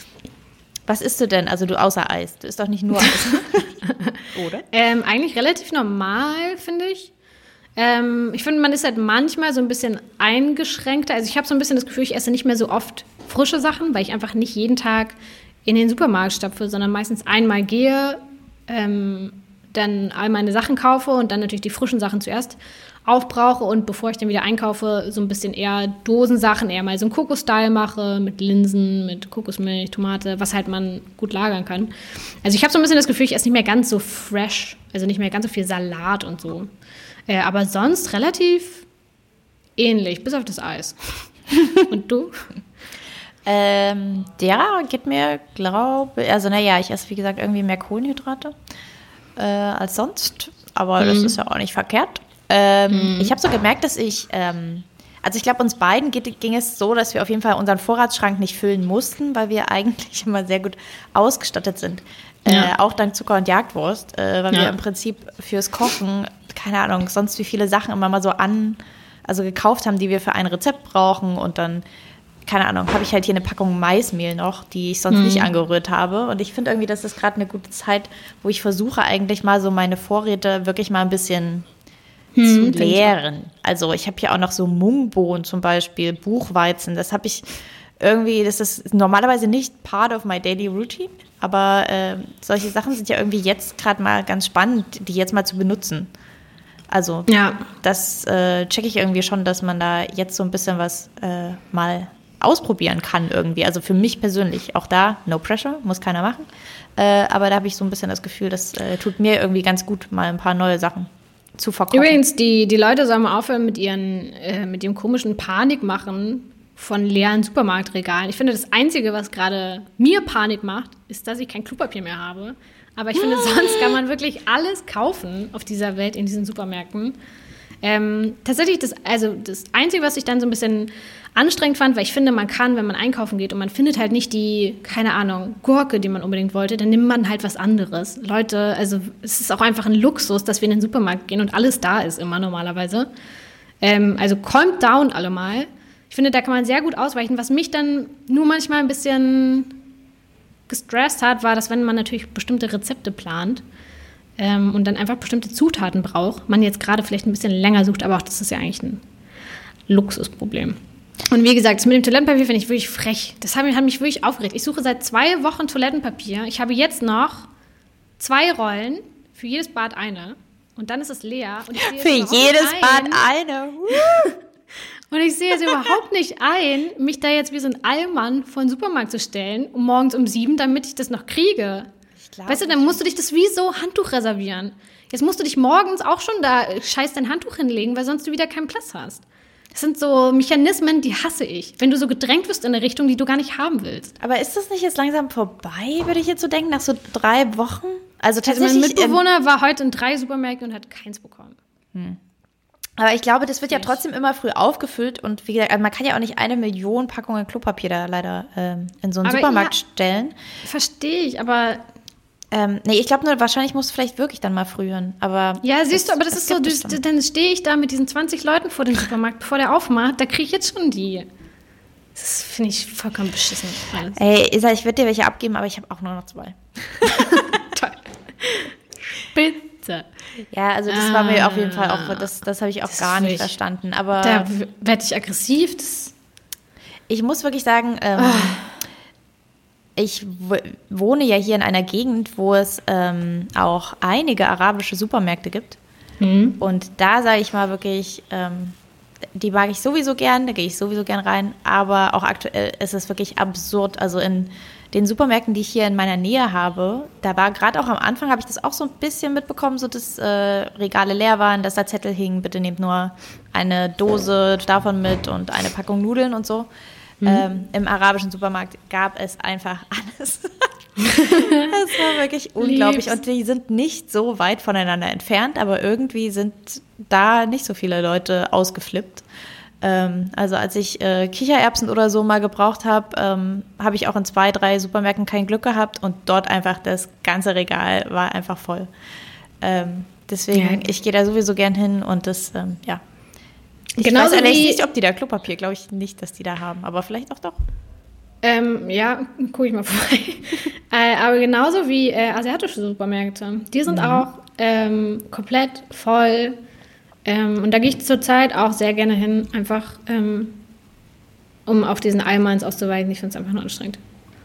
Was isst du denn? Also du außer Eis. Du isst doch nicht nur Eis. Oder? Ähm, eigentlich relativ normal, finde ich. Ähm, ich finde, man ist halt manchmal so ein bisschen eingeschränkter. Also ich habe so ein bisschen das Gefühl, ich esse nicht mehr so oft frische Sachen, weil ich einfach nicht jeden Tag in den Supermarkt stapfe, sondern meistens einmal gehe, ähm, dann all meine Sachen kaufe und dann natürlich die frischen Sachen zuerst aufbrauche und bevor ich dann wieder einkaufe, so ein bisschen eher Dosensachen, eher mal so einen Kokosstyle mache mit Linsen, mit Kokosmilch, Tomate, was halt man gut lagern kann. Also ich habe so ein bisschen das Gefühl, ich esse nicht mehr ganz so fresh, also nicht mehr ganz so viel Salat und so. Äh, aber sonst relativ ähnlich, bis auf das Eis. Und du? ähm, ja, geht mir, glaube also naja, ich esse wie gesagt irgendwie mehr Kohlenhydrate äh, als sonst, aber mhm. das ist ja auch nicht verkehrt. Ähm, mhm. Ich habe so gemerkt, dass ich, ähm, also ich glaube, uns beiden geht, ging es so, dass wir auf jeden Fall unseren Vorratsschrank nicht füllen mussten, weil wir eigentlich immer sehr gut ausgestattet sind. Ja. Äh, auch dank Zucker und Jagdwurst, äh, weil ja. wir im Prinzip fürs Kochen, keine Ahnung, sonst wie viele Sachen immer mal so an, also gekauft haben, die wir für ein Rezept brauchen und dann, keine Ahnung, habe ich halt hier eine Packung Maismehl noch, die ich sonst mhm. nicht angerührt habe und ich finde irgendwie, das ist gerade eine gute Zeit, wo ich versuche eigentlich mal so meine Vorräte wirklich mal ein bisschen Hm, zu leeren. Also ich habe hier auch noch so Mungbohnen zum Beispiel, Buchweizen. Das habe ich irgendwie, das ist normalerweise nicht part of my daily routine, aber äh, solche Sachen sind ja irgendwie jetzt gerade mal ganz spannend, die jetzt mal zu benutzen. Also ja. das äh, checke ich irgendwie schon, dass man da jetzt so ein bisschen was äh, mal ausprobieren kann irgendwie. Also für mich persönlich, auch da, no pressure, muss keiner machen. Äh, aber da habe ich so ein bisschen das Gefühl, das äh, tut mir irgendwie ganz gut, mal ein paar neue Sachen zu verkochen. Übrigens, die, die Leute sollen mal aufhören mit ihren, äh, mit ihrem komischen Panikmachen von leeren Supermarktregalen. Ich finde, das Einzige, was gerade mir Panik macht, ist, dass ich kein Klopapier mehr habe. Aber ich finde, sonst kann man wirklich alles kaufen auf dieser Welt in diesen Supermärkten. Ähm, tatsächlich, das, also das Einzige, was ich dann so ein bisschen anstrengend fand, weil ich finde, man kann, wenn man einkaufen geht und man findet halt nicht die, keine Ahnung, Gurke, die man unbedingt wollte, dann nimmt man halt was anderes. Leute, also es ist auch einfach ein Luxus, dass wir in den Supermarkt gehen und alles da ist immer normalerweise. Ähm, also calm down alle mal. Ich finde, da kann man sehr gut ausweichen. Was mich dann nur manchmal ein bisschen gestresst hat, war, dass wenn man natürlich bestimmte Rezepte plant, Ähm, und dann einfach bestimmte Zutaten braucht, man jetzt gerade vielleicht ein bisschen länger sucht, aber auch das ist ja eigentlich ein Luxusproblem. Und wie gesagt, das mit dem Toilettenpapier finde ich wirklich frech. Das hat mich, hat mich wirklich aufgeregt. Ich suche seit zwei Wochen Toilettenpapier. Ich habe jetzt noch zwei Rollen, für jedes Bad eine. Und dann ist es leer. Und ich sehe für jedes Bad eine. Und ich sehe es überhaupt nicht ein, mich da jetzt wie so ein Allmann vor den Supermarkt zu stellen, um morgens um sieben, damit ich das noch kriege. Weißt du, dann musst du dich das wie so Handtuch reservieren. Jetzt musst du dich morgens auch schon da scheiß dein Handtuch hinlegen, weil sonst du wieder keinen Platz hast. Das sind so Mechanismen, die hasse ich. Wenn du so gedrängt wirst in eine Richtung, die du gar nicht haben willst. Aber ist das nicht jetzt langsam vorbei, würde ich jetzt so denken, nach so drei Wochen? Also tatsächlich. Also mein Mitbewohner war heute in drei Supermärkten und hat keins bekommen. Hm. Aber ich glaube, das wird ja trotzdem immer früh aufgefüllt. Und wie gesagt, also man kann ja auch nicht eine Million Packungen Klopapier da leider ähm, in so einen aber Supermarkt ja, stellen. Verstehe ich, aber... Ähm, nee, ich glaube nur, wahrscheinlich musst du vielleicht wirklich dann mal früheren. Aber ja, siehst das, du, aber das, das ist so, du, dann stehe ich da mit diesen zwanzig Leuten vor dem Supermarkt, bevor der aufmacht, da kriege ich jetzt schon die. Das finde ich vollkommen beschissen. Alles. Ey, Isa, ich würde dir welche abgeben, aber ich habe auch nur noch zwei. Toll. Bitte. Ja, also das ah, war mir auf jeden Fall auch, das, das habe ich auch gar nicht ich, verstanden. Aber da werde ich aggressiv. Das ich muss wirklich sagen, ähm, oh. ich w- wohne ja hier in einer Gegend, wo es ähm, auch einige arabische Supermärkte gibt. Mhm. Und da sage ich mal wirklich, ähm, die mag ich sowieso gern, da gehe ich sowieso gern rein. Aber auch aktuell ist es wirklich absurd. Also in den Supermärkten, die ich hier in meiner Nähe habe, da war gerade auch am Anfang, habe ich das auch so ein bisschen mitbekommen, so dass äh, Regale leer waren, dass da Zettel hingen, bitte nehmt nur eine Dose davon mit und eine Packung Nudeln und so. Mhm. Ähm, Im arabischen Supermarkt gab es einfach alles. Das war wirklich unglaublich. Lieb's. Und die sind nicht so weit voneinander entfernt, aber irgendwie sind da nicht so viele Leute ausgeflippt. Ähm, also als ich äh, Kichererbsen oder so mal gebraucht habe, ähm, habe ich auch in zwei, drei Supermärkten kein Glück gehabt und dort einfach das ganze Regal war einfach voll. Ähm, deswegen, ja. Ich gehe da sowieso gern hin und das, ähm, ja. Ich Genauso weiß ehrlich nicht, ob die da Klopapier, glaube ich nicht, dass die da haben, aber vielleicht auch doch. Ähm, ja, gucke ich mal vorbei. äh, aber genauso wie äh, asiatische Supermärkte. Die sind mhm. auch ähm, komplett voll. Ähm, und da gehe ich zurzeit auch sehr gerne hin, einfach ähm, um auf diesen Allmanns auszuweichen. Ich finde es einfach nur anstrengend.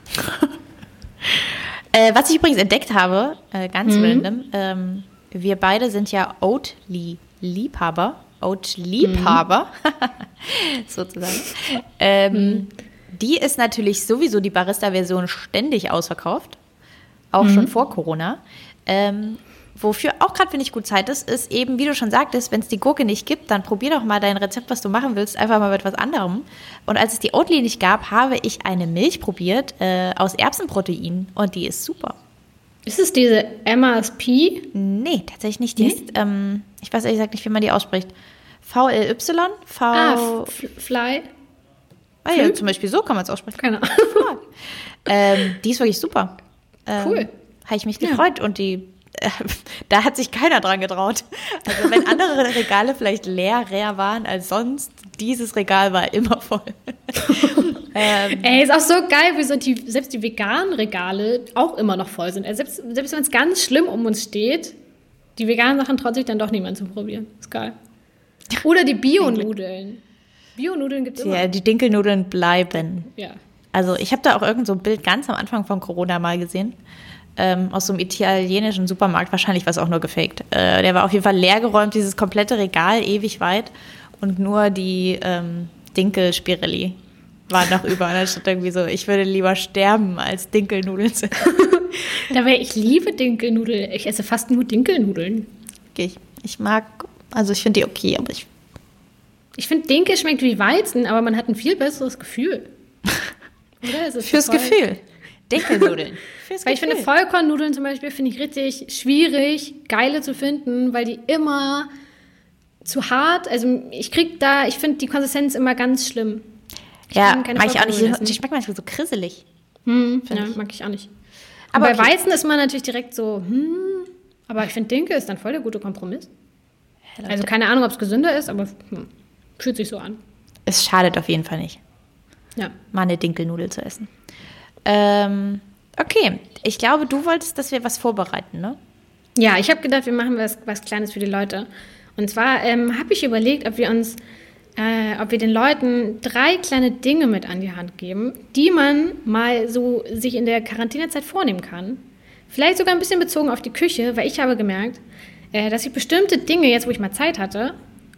äh, was ich übrigens entdeckt habe, äh, ganz mhm. random, ähm, wir beide sind ja Oatly-Liebhaber. Oat-Liebhaber, mhm. sozusagen. Ähm, mhm. Die ist natürlich sowieso die Barista-Version ständig ausverkauft, auch mhm. schon vor Corona. Ähm, wofür auch gerade, finde ich, gut Zeit ist, ist eben, wie du schon sagtest, wenn es die Gurke nicht gibt, dann probier doch mal dein Rezept, was du machen willst, einfach mal mit was anderem. Und als es die Oatly nicht gab, habe ich eine Milch probiert äh, aus Erbsenprotein und die ist super. Ist es diese M S P? Nee, tatsächlich nicht. Die nee? ist, ähm, ich weiß ehrlich gesagt nicht, wie man die ausspricht. V L Y? V ah, F- Fly? Ah ja, zum Beispiel so kann man es aussprechen. Keine Ahnung. ähm, die ist wirklich super. Ähm, cool. Habe ich mich gefreut. Ja. Und die, äh, da hat sich keiner dran getraut. Also wenn andere Regale vielleicht leerer waren als sonst, dieses Regal war immer voll. ähm, Ey, ist auch so geil, wie so die, selbst die veganen Regale auch immer noch voll sind. Also selbst, selbst wenn es ganz schlimm um uns steht, die veganen Sachen traut sich dann doch niemand zu probieren. Ist geil. Oder die Bio-Nudeln. Bio-Nudeln gibt es immer. Ja, die Dinkelnudeln bleiben. Ja. Also ich habe da auch irgend so ein Bild ganz am Anfang von Corona mal gesehen. Ähm, aus so einem italienischen Supermarkt. Wahrscheinlich war es auch nur gefaked. Äh, der war auf jeden Fall leergeräumt, dieses komplette Regal, ewig weit. Und nur die ähm, Dinkelspirelli waren noch über. Und da stand irgendwie so, ich würde lieber sterben, als Dinkelnudeln zu essen. Dabei, ich liebe Dinkelnudeln. Ich esse fast nur Dinkelnudeln. Okay, ich, ich mag, also ich finde die okay, aber ich Ich finde, Dinkel schmeckt wie Weizen, aber man hat ein viel besseres Gefühl. Oder? Ist es Fürs voll? Gefühl. Dinkelnudeln. Fürs Weil ich Gefühl. finde, Vollkornnudeln zum Beispiel finde ich richtig schwierig, geile zu finden, weil die immer zu hart, also ich krieg da, ich finde die Konsistenz immer ganz schlimm. Ich ja, kann keine mag ich auch Vollkornnudeln nicht. essen. Die schmecken manchmal so krisselig. Hm, Find ja, ich. mag ich auch nicht. Aber Aber bei okay. Weizen ist man natürlich direkt so, hm, aber ich finde Dinkel ist dann voll der gute Kompromiss. Ja, Leute, Also keine Ahnung, ob es gesünder ist, aber hm, fühlt sich so an. es schadet auf jeden Fall nicht, Ja. mal eine Dinkelnudel zu essen. Ähm, okay, ich glaube, du wolltest, dass wir was vorbereiten, ne? Ja, ich habe gedacht, wir machen was, was Kleines für die Leute. Und zwar ähm, habe ich überlegt, ob wir uns, äh, ob wir den Leuten drei kleine Dinge mit an die Hand geben, die man mal so sich in der Quarantänezeit vornehmen kann. Vielleicht sogar ein bisschen bezogen auf die Küche, weil ich habe gemerkt, äh, dass ich bestimmte Dinge, jetzt wo ich mal Zeit hatte,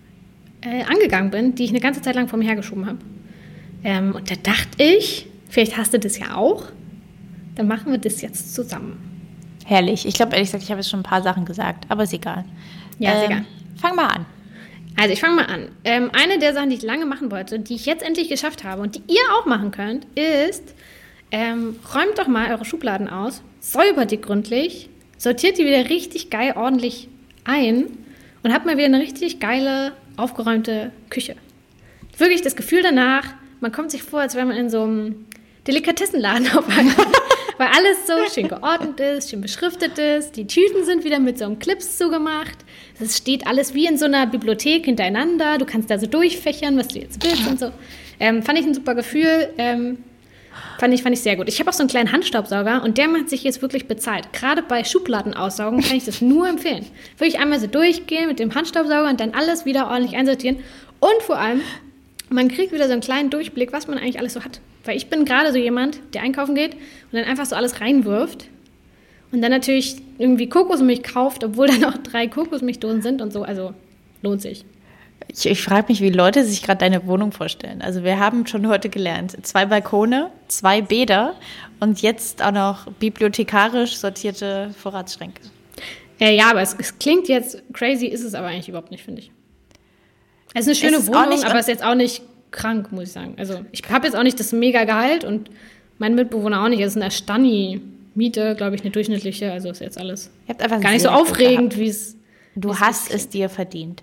äh, angegangen bin, die ich eine ganze Zeit lang vor mir hergeschoben habe. Ähm, und da dachte ich, vielleicht hast du das ja auch, dann machen wir das jetzt zusammen. Herrlich. Ich glaube, ehrlich gesagt, ich habe jetzt schon ein paar Sachen gesagt, aber ist egal. Ja, ist Ähm, egal. Fang mal an. Also ich fange mal an. Ähm, eine der Sachen, die ich lange machen wollte, die ich jetzt endlich geschafft habe und die ihr auch machen könnt, ist, ähm, räumt doch mal eure Schubladen aus, säubert die gründlich, sortiert die wieder richtig geil ordentlich ein und habt mal wieder eine richtig geile, aufgeräumte Küche. Wirklich das Gefühl danach, man kommt sich vor, als wäre man in so einem Delikatessenladen auf einmal. Weil alles so schön geordnet ist, schön beschriftet ist. Die Tüten sind wieder mit so einem Clips zugemacht. Es steht alles wie in so einer Bibliothek hintereinander. Du kannst da so durchfächern, was du jetzt willst und so. Ähm, fand ich ein super Gefühl. Ähm, fand, ich, fand ich sehr gut. Ich habe auch so einen kleinen Handstaubsauger und der macht sich jetzt wirklich bezahlt. Gerade bei Schubladenaussaugen kann ich das nur empfehlen. Wirklich einmal so durchgehen mit dem Handstaubsauger und dann alles wieder ordentlich einsortieren. Und vor allem, man kriegt wieder so einen kleinen Durchblick, was man eigentlich alles so hat. Weil ich bin gerade so jemand, der einkaufen geht und dann einfach so alles reinwirft und dann natürlich irgendwie Kokosmilch kauft, obwohl da noch drei Kokosmilchdosen sind und so. Also lohnt sich. Ich, ich frage mich, wie Leute sich gerade deine Wohnung vorstellen. Also wir haben schon heute gelernt, zwei Balkone, zwei Bäder und jetzt auch noch bibliothekarisch sortierte Vorratsschränke. Äh, ja, aber es, es klingt jetzt crazy, ist es aber eigentlich überhaupt nicht, finde ich. Es ist eine schöne Es ist auch Wohnung, nicht- aber es ist jetzt auch nicht krank, muss ich sagen. Also ich habe jetzt auch nicht das mega Gehalt und mein Mitbewohner auch nicht. Es ist eine Stani-Miete, glaube ich, eine durchschnittliche. Also ist jetzt alles Ihr habt einfach gar nicht so sehr Glück aufregend, gehabt. wie es... Du wie es hast ist. es dir verdient.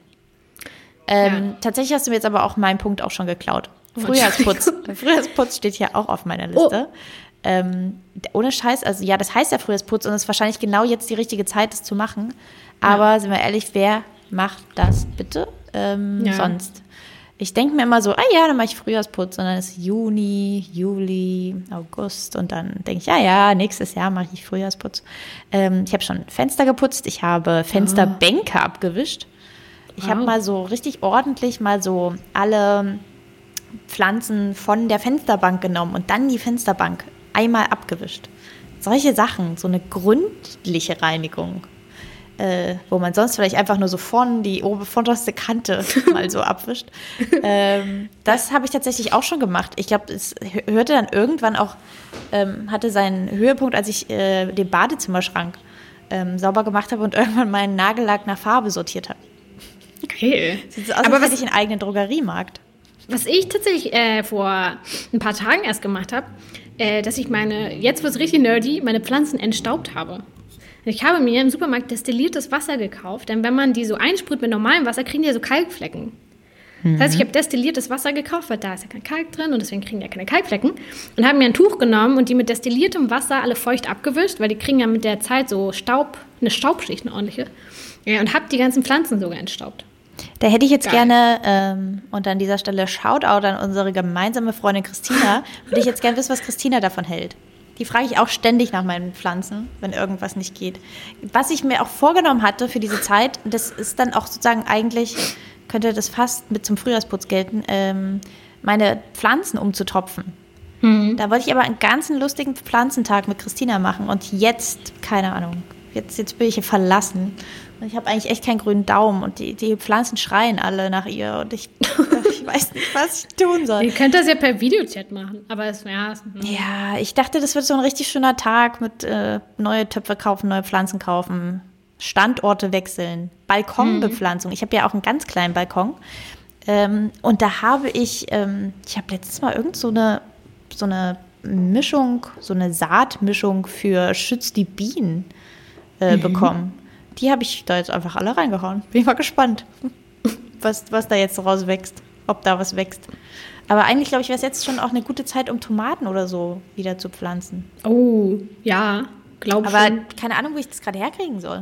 Ähm, Ja. Tatsächlich hast du mir jetzt aber auch meinen Punkt auch schon geklaut. Oh, Frühjahrsputz. Frühjahrsputz steht hier auch auf meiner Liste. Ähm, ohne Scheiß, also ja, das heißt ja Frühjahrsputz und es ist wahrscheinlich genau jetzt die richtige Zeit, das zu machen. Aber sind wir ehrlich, wer macht das bitte ähm, Ja. sonst? Ich denke mir immer so, ah ja, dann mache ich Frühjahrsputz und dann ist Juni, Juli, August und dann denke ich, ja, ja, nächstes Jahr mache ich Frühjahrsputz. Ähm, ich habe schon Fenster geputzt, ich habe Fensterbänke abgewischt. Ich Wow. habe mal so richtig ordentlich mal so alle Pflanzen von der Fensterbank genommen und dann die Fensterbank einmal abgewischt. Solche Sachen, so eine gründliche Reinigung. Äh, wo man sonst vielleicht einfach nur so vorne die ober- vorderste Kante mal so abwischt. Ähm, das habe ich tatsächlich auch schon gemacht. Ich glaube, es hö- hörte dann irgendwann auch, ähm, hatte seinen Höhepunkt, als ich äh, den Badezimmerschrank ähm, sauber gemacht habe und irgendwann meinen Nagellack nach Farbe sortiert habe. Geil. Sieht so aus, Aber als was, hätte ich einen eigenen Drogeriemarkt. was ich tatsächlich äh, vor ein paar Tagen erst gemacht habe, äh, dass ich meine, jetzt wird es richtig nerdy, meine Pflanzen entstaubt habe. Ich habe mir im Supermarkt destilliertes Wasser gekauft, denn wenn man die so einsprüht mit normalem Wasser, kriegen die ja so Kalkflecken. Das heißt, ich habe destilliertes Wasser gekauft, weil da ist ja kein Kalk drin und deswegen kriegen die ja keine Kalkflecken. Und habe mir ein Tuch genommen und die mit destilliertem Wasser alle feucht abgewischt, weil die kriegen ja mit der Zeit so Staub, eine Staubschicht, eine ordentliche. Ja, und habe die ganzen Pflanzen sogar entstaubt. Da hätte ich jetzt Geil. gerne, ähm, und an dieser Stelle Shoutout an unsere gemeinsame Freundin Christina, würde ich jetzt gerne wissen, was Christina davon hält. Die frage ich auch ständig nach meinen Pflanzen, wenn irgendwas nicht geht. Was ich mir auch vorgenommen hatte für diese Zeit, das ist dann auch sozusagen eigentlich, könnte das fast mit zum Frühjahrsputz gelten, ähm, meine Pflanzen umzutopfen. Mhm. Da wollte ich aber einen ganzen lustigen Pflanzentag mit Christina machen und jetzt, keine Ahnung, jetzt, jetzt bin ich hier verlassen. Und ich habe eigentlich echt keinen grünen Daumen und die, die Pflanzen schreien alle nach ihr und ich, ich weiß nicht, was ich tun soll. Ihr könnt das ja per Videochat machen, aber es ja, es- Ja, ich dachte, das wird so ein richtig schöner Tag mit äh, neue Töpfe kaufen, neue Pflanzen kaufen, Standorte wechseln, Balkonbepflanzung. Ich habe ja auch einen ganz kleinen Balkon. Ähm, und da habe ich, ähm, ich habe letztes Mal irgend so eine, so eine Mischung, so eine Saatmischung für Schütz die Bienen äh, mhm. bekommen. Die habe ich da jetzt einfach alle reingehauen. Bin ich mal gespannt, was, was da jetzt raus wächst, ob da was wächst. Aber eigentlich, glaube ich, wäre es jetzt schon auch eine gute Zeit, um Tomaten oder so wieder zu pflanzen. Oh, ja, glaube ich. Aber schon. keine Ahnung, wo ich das gerade herkriegen soll.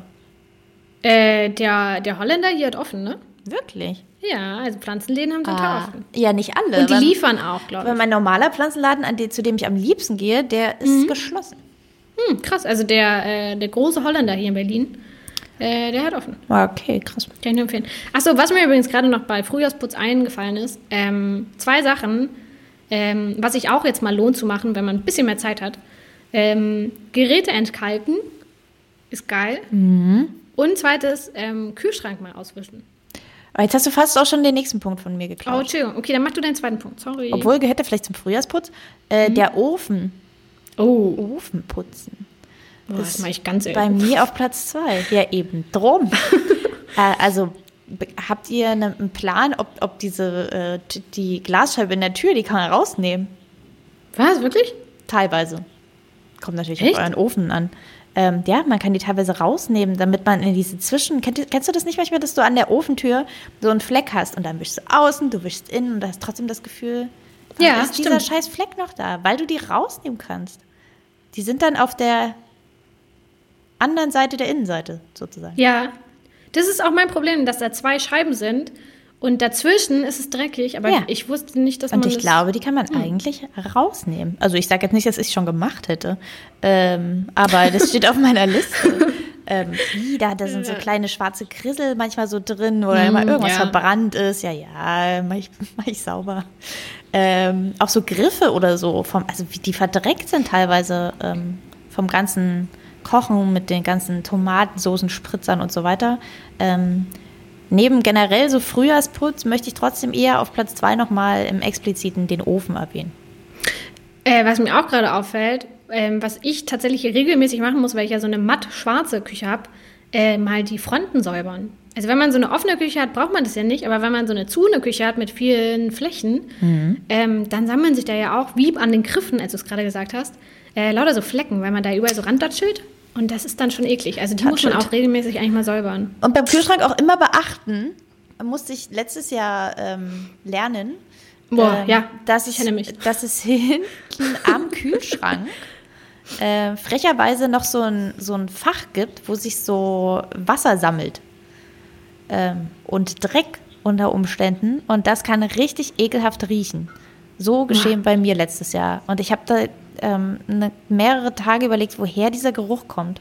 Äh, der, der Holländer hier hat offen, ne? Wirklich? Ja, also Pflanzenläden haben total Ah, offen. ja, nicht alle. Und die weil, liefern auch, glaube ich. Weil mein normaler Pflanzenladen, an den, zu dem ich am liebsten gehe, der ist mhm. geschlossen. Hm, krass, also der, äh, der große Holländer hier in Berlin, äh, der hat offen. Okay, krass. Kann ich nur empfehlen. Achso, was mir übrigens gerade noch bei Frühjahrsputz eingefallen ist, ähm, zwei Sachen, ähm, was sich auch jetzt mal lohnt zu machen, wenn man ein bisschen mehr Zeit hat. Ähm, Geräte entkalken, ist geil. Mhm. Und zweites, ähm, Kühlschrank mal auswischen. Aber jetzt hast du fast auch schon den nächsten Punkt von mir geklaut. Oh, Entschuldigung. Okay, dann mach du deinen zweiten Punkt. Sorry. Obwohl, gehört der vielleicht zum Frühjahrsputz? Äh, mhm. Der Ofen. Oh. Ofen putzen. Boah, das mache ich ganz ehrlich. Bei mir auf Platz zwei. Ja, eben drum. äh, also, habt ihr einen Plan, ob, ob diese äh, die Glasscheibe in der Tür, die kann man rausnehmen? Was, wirklich? Teilweise. Kommt natürlich Echt? auf euren Ofen an. Ähm, ja, man kann die teilweise rausnehmen, damit man in diese Zwischen... Kennst, kennst du das nicht manchmal, dass du an der Ofentür so einen Fleck hast und dann wischst du außen, du wischst innen und du hast trotzdem das Gefühl, ja, ist dieser scheiß Fleck noch da, weil du die rausnehmen kannst. Die sind dann auf der anderen Seite der Innenseite sozusagen. Ja, das ist auch mein Problem, dass da zwei Scheiben sind und dazwischen ist es dreckig, aber ja. ich wusste nicht, dass und man ich das... glaube, die kann man hm. eigentlich rausnehmen. Also ich sage jetzt nicht, dass ich es schon gemacht hätte, ähm, aber das steht auf meiner Liste. ähm, wie, da, da sind so kleine schwarze Krissel manchmal so drin oder mm, immer irgendwas ja. verbrannt ist. Ja, ja, mach ich, mach ich sauber. Ähm, auch so Griffe oder so, vom, also wie die verdreckt sind teilweise ähm, vom ganzen Kochen mit den ganzen Tomatensoßen, Spritzern und so weiter. Ähm, neben generell so Frühjahrsputz möchte ich trotzdem eher auf Platz zwei nochmal im Expliziten den Ofen erwähnen. Äh, was mir auch gerade auffällt, ähm, was ich tatsächlich regelmäßig machen muss, weil ich ja so eine matt schwarze Küche habe, äh, mal die Fronten säubern. Also wenn man so eine offene Küche hat, braucht man das ja nicht, aber wenn man so eine zune Küche hat mit vielen Flächen, mhm. ähm, dann sammeln sich da ja auch, wie an den Griffen, als du es gerade gesagt hast, äh, lauter so Flecken, weil man da überall so randatschelt. Und das ist dann schon eklig. Also die muss man auch regelmäßig eigentlich mal säubern. Und beim Kühlschrank auch immer beachten, musste ich letztes Jahr ähm, lernen, Boah, ähm, ja, dass, ich es, mich. dass es hinten am Kühlschrank äh, frecherweise noch so ein, so ein Fach gibt, wo sich so Wasser sammelt ähm, und Dreck unter Umständen. Und das kann richtig ekelhaft riechen. So geschehen ja. bei mir letztes Jahr. Und ich habe da ähm, ne, mehrere Tage überlegt, woher dieser Geruch kommt.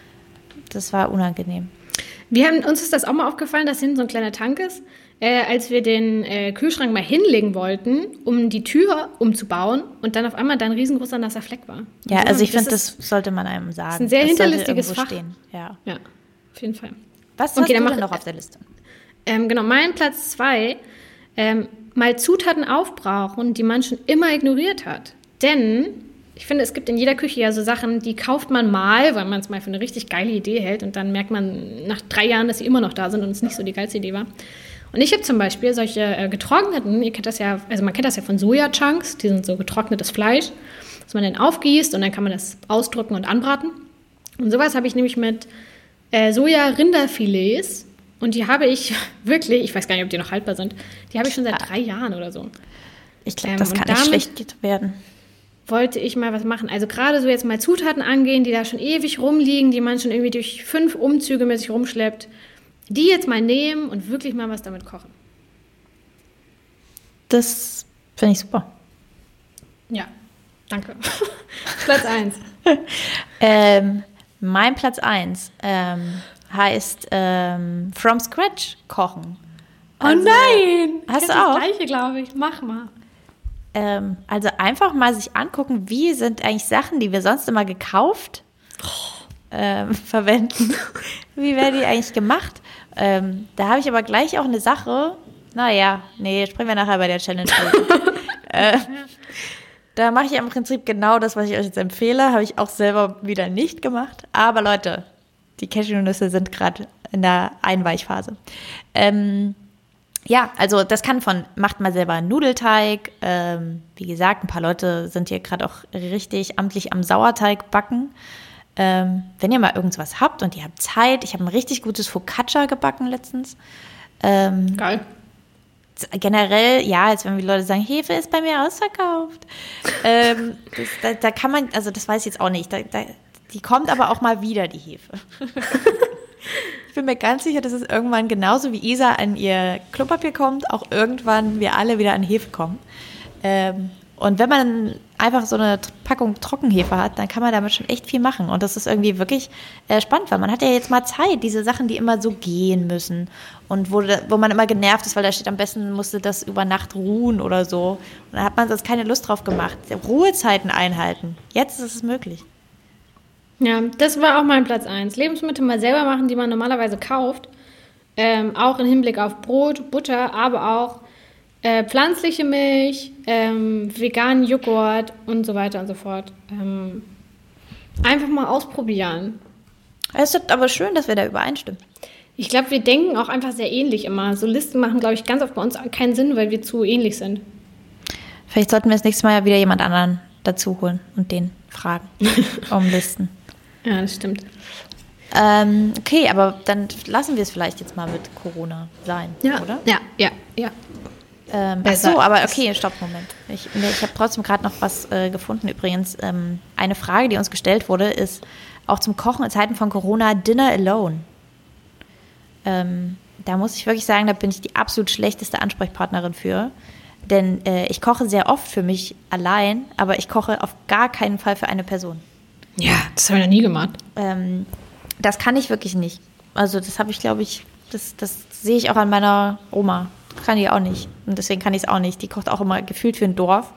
Das war unangenehm. Wir haben, uns ist das auch mal aufgefallen, dass hinten so ein kleiner Tank ist. Äh, als wir den äh, Kühlschrank mal hinlegen wollten, um die Tür umzubauen und dann auf einmal da ein riesengroßer nasser Fleck war. Ja, so, also ich das finde, das sollte man einem sagen. Das ist ein sehr das hinterlistiges Fach. Stehen. Ja. ja, auf jeden Fall. Was okay, hast du mach, denn noch auf der Liste? Ähm, genau, mein Platz zwei, ähm, mal Zutaten aufbrauchen, die man schon immer ignoriert hat. Denn ich finde, es gibt in jeder Küche ja so Sachen, die kauft man mal, weil man es mal für eine richtig geile Idee hält und dann merkt man nach drei Jahren, dass sie immer noch da sind und es nicht so die geilste Idee war. Und ich habe zum Beispiel solche äh, getrockneten, ihr kennt das ja, also man kennt das ja von Soja-Chunks, die sind so getrocknetes Fleisch, dass man dann aufgießt und dann kann man das ausdrücken und anbraten. Und sowas habe ich nämlich mit äh, Soja-Rinderfilets und die habe ich wirklich, ich weiß gar nicht, ob die noch haltbar sind, die habe ich schon seit drei Jahren oder so. Ich glaube, das ähm, kann nicht schlecht werden. Wollte ich mal was machen. Also gerade so jetzt mal Zutaten angehen, die da schon ewig rumliegen, die man schon irgendwie durch fünf Umzüge mit sich rumschleppt, die jetzt mal nehmen und wirklich mal was damit kochen. Das finde ich super. Ja, danke. Platz eins. ähm, mein Platz eins ähm, heißt ähm, From Scratch kochen. Also, oh nein! Hast du das auch? Das gleiche, glaube ich. Mach mal. Ähm, also einfach mal sich angucken, wie sind eigentlich Sachen, die wir sonst immer gekauft ähm, verwenden, wie werden die eigentlich gemacht? Ähm, da habe ich aber gleich auch eine Sache, naja, nee, sprechen wir nachher bei der Challenge. äh, da mache ich im Prinzip genau das, was ich euch jetzt empfehle, habe ich auch selber wieder nicht gemacht. Aber Leute, die Cashewnüsse sind gerade in der Einweichphase. Ähm, Ja, also das kann von, macht mal selber einen Nudelteig. Ähm, wie gesagt, ein paar Leute sind hier gerade auch richtig amtlich am Sauerteig backen. Ähm, wenn ihr mal irgendwas habt und ihr habt Zeit, ich habe ein richtig gutes Focaccia gebacken letztens. Ähm, Geil. Generell, ja, als wenn die Leute sagen, Hefe ist bei mir ausverkauft. ähm, das, da, da kann man, also das weiß ich jetzt auch nicht. Da, da, die kommt aber auch mal wieder, die Hefe. Ich bin mir ganz sicher, dass es irgendwann genauso wie Isa an ihr Klopapier kommt, auch irgendwann wir alle wieder an Hefe kommen. Ähm, und wenn man einfach so eine Packung Trockenhefe hat, dann kann man damit schon echt viel machen. Und das ist irgendwie wirklich äh, spannend, weil man hat ja jetzt mal Zeit, diese Sachen, die immer so gehen müssen und wo, wo man immer genervt ist, weil da steht, am besten musste das über Nacht ruhen oder so. Und dann hat man sonst keine Lust drauf gemacht. Ruhezeiten einhalten. Jetzt ist es möglich. Ja, das war auch mein Platz eins. Lebensmittel mal selber machen, die man normalerweise kauft. Ähm, auch im Hinblick auf Brot, Butter, aber auch äh, pflanzliche Milch, ähm, veganen Joghurt und so weiter und so fort. Ähm, einfach mal ausprobieren. Es ist aber schön, dass wir da übereinstimmen. Ich glaube, wir denken auch einfach sehr ähnlich immer. So Listen machen, glaube ich, ganz oft bei uns keinen Sinn, weil wir zu ähnlich sind. Vielleicht sollten wir das nächste Mal ja wieder jemand anderen dazu holen und den fragen um Listen. Ja, das stimmt. Ähm, okay, aber dann lassen wir es vielleicht jetzt mal mit Corona sein, ja. oder? Ja, ja, ja. Ähm, ach so, aber okay, stopp, Moment. Ich, ich habe trotzdem gerade noch was äh, gefunden. Übrigens, ähm, eine Frage, die uns gestellt wurde, ist auch zum Kochen in Zeiten von Corona, Dinner alone. Ähm, da muss ich wirklich sagen, da bin ich die absolut schlechteste Ansprechpartnerin für. Denn äh, ich koche sehr oft für mich allein, aber ich koche auf gar keinen Fall für eine Person. Ja, das habe ich noch nie gemacht. Ähm, das kann ich wirklich nicht. Also das habe ich, glaube ich, das, das sehe ich auch an meiner Oma. Kann die auch nicht. Und deswegen kann ich es auch nicht. Die kocht auch immer gefühlt für ein Dorf.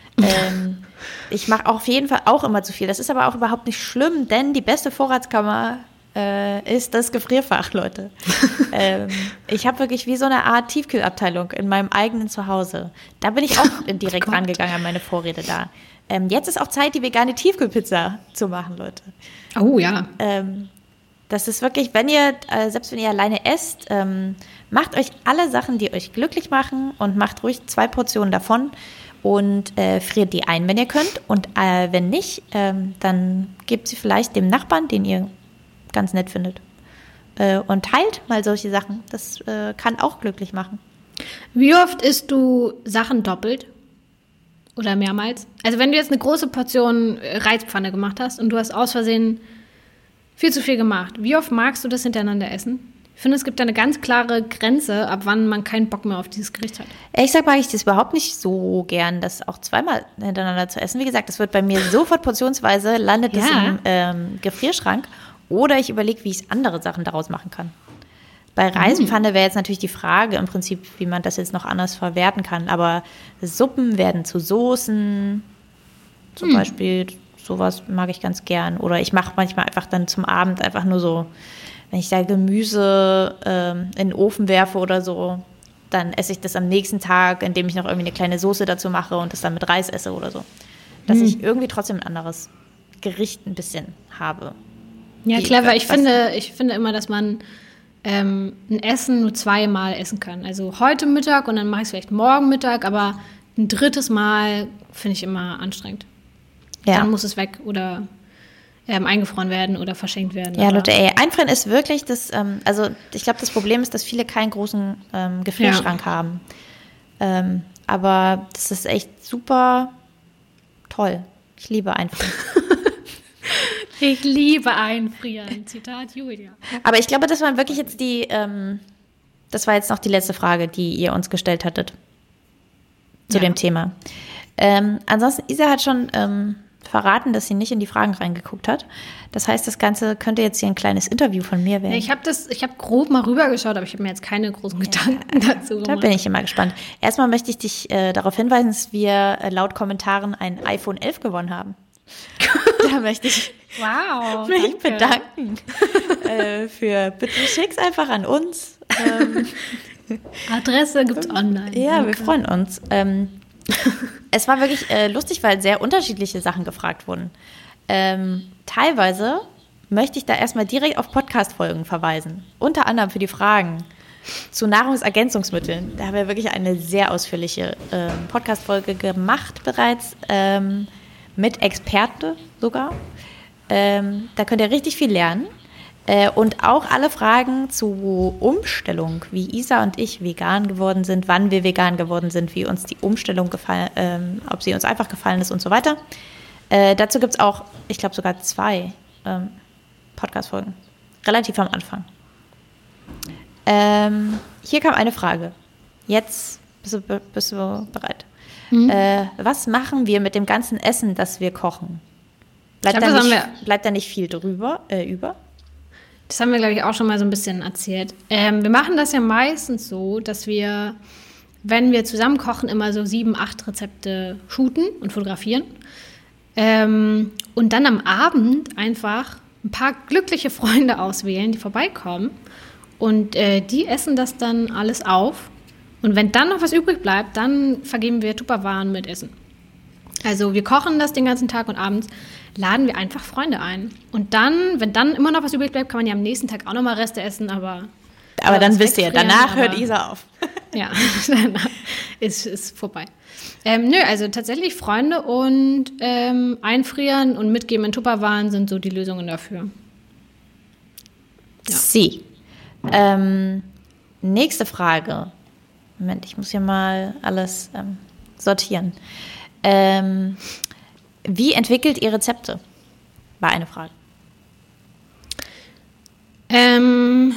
Ähm, ich mache auf jeden Fall auch immer zu viel. Das ist aber auch überhaupt nicht schlimm, denn die beste Vorratskammer äh, ist das Gefrierfach, Leute. ähm, ich habe wirklich wie so eine Art Tiefkühlabteilung in meinem eigenen Zuhause. Da bin ich auch direkt oh rangegangen an meine Vorräte da. Ähm, jetzt ist auch Zeit, die vegane Tiefkühlpizza zu machen, Leute. Oh ja. Ähm, das ist wirklich, wenn ihr, äh, selbst wenn ihr alleine esst, ähm, macht euch alle Sachen, die euch glücklich machen und macht ruhig zwei Portionen davon und äh, friert die ein, wenn ihr könnt. Und äh, wenn nicht, ähm, dann gebt sie vielleicht dem Nachbarn, den ihr ganz nett findet. Äh, und teilt mal solche Sachen. Das äh, kann auch glücklich machen. Wie oft isst du Sachen doppelt? Oder mehrmals? Also wenn du jetzt eine große Portion Reizpfanne gemacht hast und du hast aus Versehen viel zu viel gemacht, wie oft magst du das hintereinander essen? Ich finde, es gibt da eine ganz klare Grenze, ab wann man keinen Bock mehr auf dieses Gericht hat. Ehrlich gesagt mag ich das überhaupt nicht so gern, das auch zweimal hintereinander zu essen. Wie gesagt, das wird bei mir sofort portionsweise, landet das ja. im ähm, Gefrierschrank oder ich überlege, wie ich andere Sachen daraus machen kann. Bei Reispfanne wäre jetzt natürlich die Frage im Prinzip, wie man das jetzt noch anders verwerten kann. Aber Suppen werden zu Soßen, zum hm. Beispiel, sowas mag ich ganz gern. Oder ich mache manchmal einfach dann zum Abend einfach nur so, wenn ich da Gemüse ähm, in den Ofen werfe oder so, dann esse ich das am nächsten Tag, indem ich noch irgendwie eine kleine Soße dazu mache und das dann mit Reis esse oder so. Dass hm. ich irgendwie trotzdem ein anderes Gericht ein bisschen habe. Ja, clever. Ich finde, ich finde immer, dass man Ähm, ein Essen nur zweimal essen kann. Also heute Mittag und dann mache ich es vielleicht morgen Mittag, aber ein drittes Mal finde ich immer anstrengend. Ja. Dann muss es weg oder ähm, eingefroren werden oder verschenkt werden. Ja, Leute, ey, einfrieren ist wirklich das, ähm, also ich glaube, das Problem ist, dass viele keinen großen ähm, Gefrierschrank ja. haben. Ähm, aber das ist echt super toll. Ich liebe einfrieren. Ich liebe einfrieren. Zitat Julia. Aber ich glaube, das waren wirklich jetzt die, ähm, das war jetzt noch die letzte Frage, die ihr uns gestellt hattet zu ja. dem Thema. Ähm, ansonsten, Isa hat schon ähm, verraten, dass sie nicht in die Fragen reingeguckt hat. Das heißt, das Ganze könnte jetzt hier ein kleines Interview von mir werden. Ich habe das, ich habe grob mal rübergeschaut, aber ich habe mir jetzt keine großen ja, Gedanken dazu gemacht. Da bin ich immer gespannt. Erstmal möchte ich dich äh, darauf hinweisen, dass wir äh, laut Kommentaren ein iPhone elf gewonnen haben. Da möchte ich wow, mich danke. bedanken. äh, für bitte schick's einfach an uns. Ähm, Adresse gibt's online. Ja, danke. Wir freuen uns. Ähm, es war wirklich äh, lustig, weil sehr unterschiedliche Sachen gefragt wurden. Ähm, teilweise möchte ich da erstmal direkt auf Podcast-Folgen verweisen. Unter anderem für die Fragen. zu Nahrungsergänzungsmitteln. Da haben wir wirklich eine sehr ausführliche äh, Podcast-Folge gemacht bereits, ähm, mit Experten sogar. Ähm, da könnt ihr richtig viel lernen. Äh, und auch alle Fragen zu Umstellung, wie Isa und ich vegan geworden sind, wann wir vegan geworden sind, wie uns die Umstellung gefallen, ähm, ob sie uns einfach gefallen ist und so weiter. Äh, dazu gibt es auch, ich glaube sogar zwei ähm, Podcast-Folgen. Relativ am Anfang. Ähm, hier kam eine Frage. Jetzt bist du, bist du bereit. Mhm. Äh, was machen wir mit dem ganzen Essen, das wir kochen? Bleibt, glaub, da, nicht, bleibt da nicht viel drüber, äh, über? Das haben wir, glaube ich, auch schon mal so ein bisschen erzählt. Ähm, wir machen das ja meistens so, dass wir, wenn wir zusammen kochen, immer so sieben, acht Rezepte shooten und fotografieren. Ähm, und dann am Abend einfach ein paar glückliche Freunde auswählen, die vorbeikommen. Und äh, die essen das dann alles auf. Und wenn dann noch was übrig bleibt, dann vergeben wir Tupperwaren mit Essen. Also wir kochen das den ganzen Tag und abends laden wir einfach Freunde ein. Und dann, wenn dann immer noch was übrig bleibt, kann man ja am nächsten Tag auch noch mal Reste essen, aber... Aber dann wisst ihr, danach hört Isa auf. Ja, danach ist es vorbei. Ähm, nö, also tatsächlich Freunde und ähm, einfrieren und mitgeben in Tupperwaren sind so die Lösungen dafür. Ja. Sie. Ähm, nächste Frage. Moment, ich muss hier mal alles ähm, sortieren. Ähm, wie entwickelt ihr Rezepte? War eine Frage. Ähm,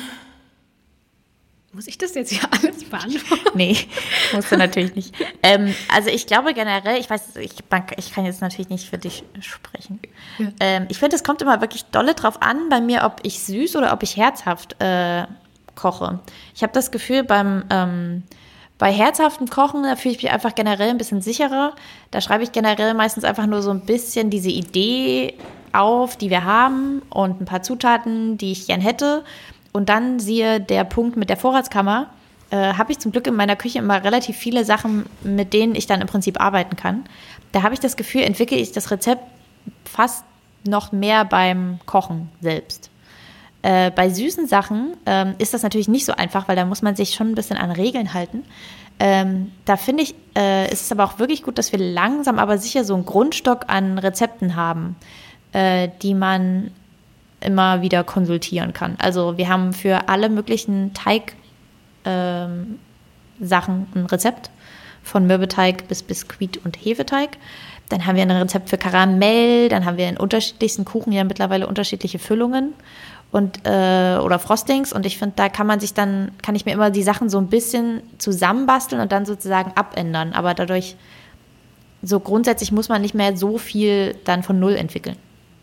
muss ich das jetzt hier alles beantworten? Nee, musst du natürlich nicht. Ähm, also ich glaube generell, ich weiß, ich, ich kann jetzt natürlich nicht für dich sprechen. Ja. Ähm, ich finde, es kommt immer wirklich dolle drauf an bei mir, ob ich süß oder ob ich herzhaft äh, koche. Ich habe das Gefühl, beim ähm, bei herzhaftem Kochen, da fühle ich mich einfach generell ein bisschen sicherer. Da schreibe ich generell meistens einfach nur so ein bisschen diese Idee auf, die wir haben und ein paar Zutaten, die ich gern hätte. Und dann siehe der Punkt mit der Vorratskammer, äh, habe ich zum Glück in meiner Küche immer relativ viele Sachen, mit denen ich dann im Prinzip arbeiten kann. Da habe ich das Gefühl, entwickle ich das Rezept fast noch mehr beim Kochen selbst. Äh, bei süßen Sachen ähm, ist das natürlich nicht so einfach, weil da muss man sich schon ein bisschen an Regeln halten. Ähm, da finde ich, äh, ist es aber auch wirklich gut, dass wir langsam aber sicher so einen Grundstock an Rezepten haben, äh, die man immer wieder konsultieren kann. Also wir haben für alle möglichen Teig ähm, Sachen ein Rezept, von Mürbeteig bis Biskuit und Hefeteig. Dann haben wir ein Rezept für Karamell, dann haben wir in unterschiedlichsten Kuchen ja mittlerweile unterschiedliche Füllungen. Und, äh, oder Frostings, und ich finde, da kann man sich dann, kann ich mir immer die Sachen so ein bisschen zusammenbasteln und dann sozusagen abändern, aber dadurch, so grundsätzlich muss man nicht mehr so viel dann von Null entwickeln.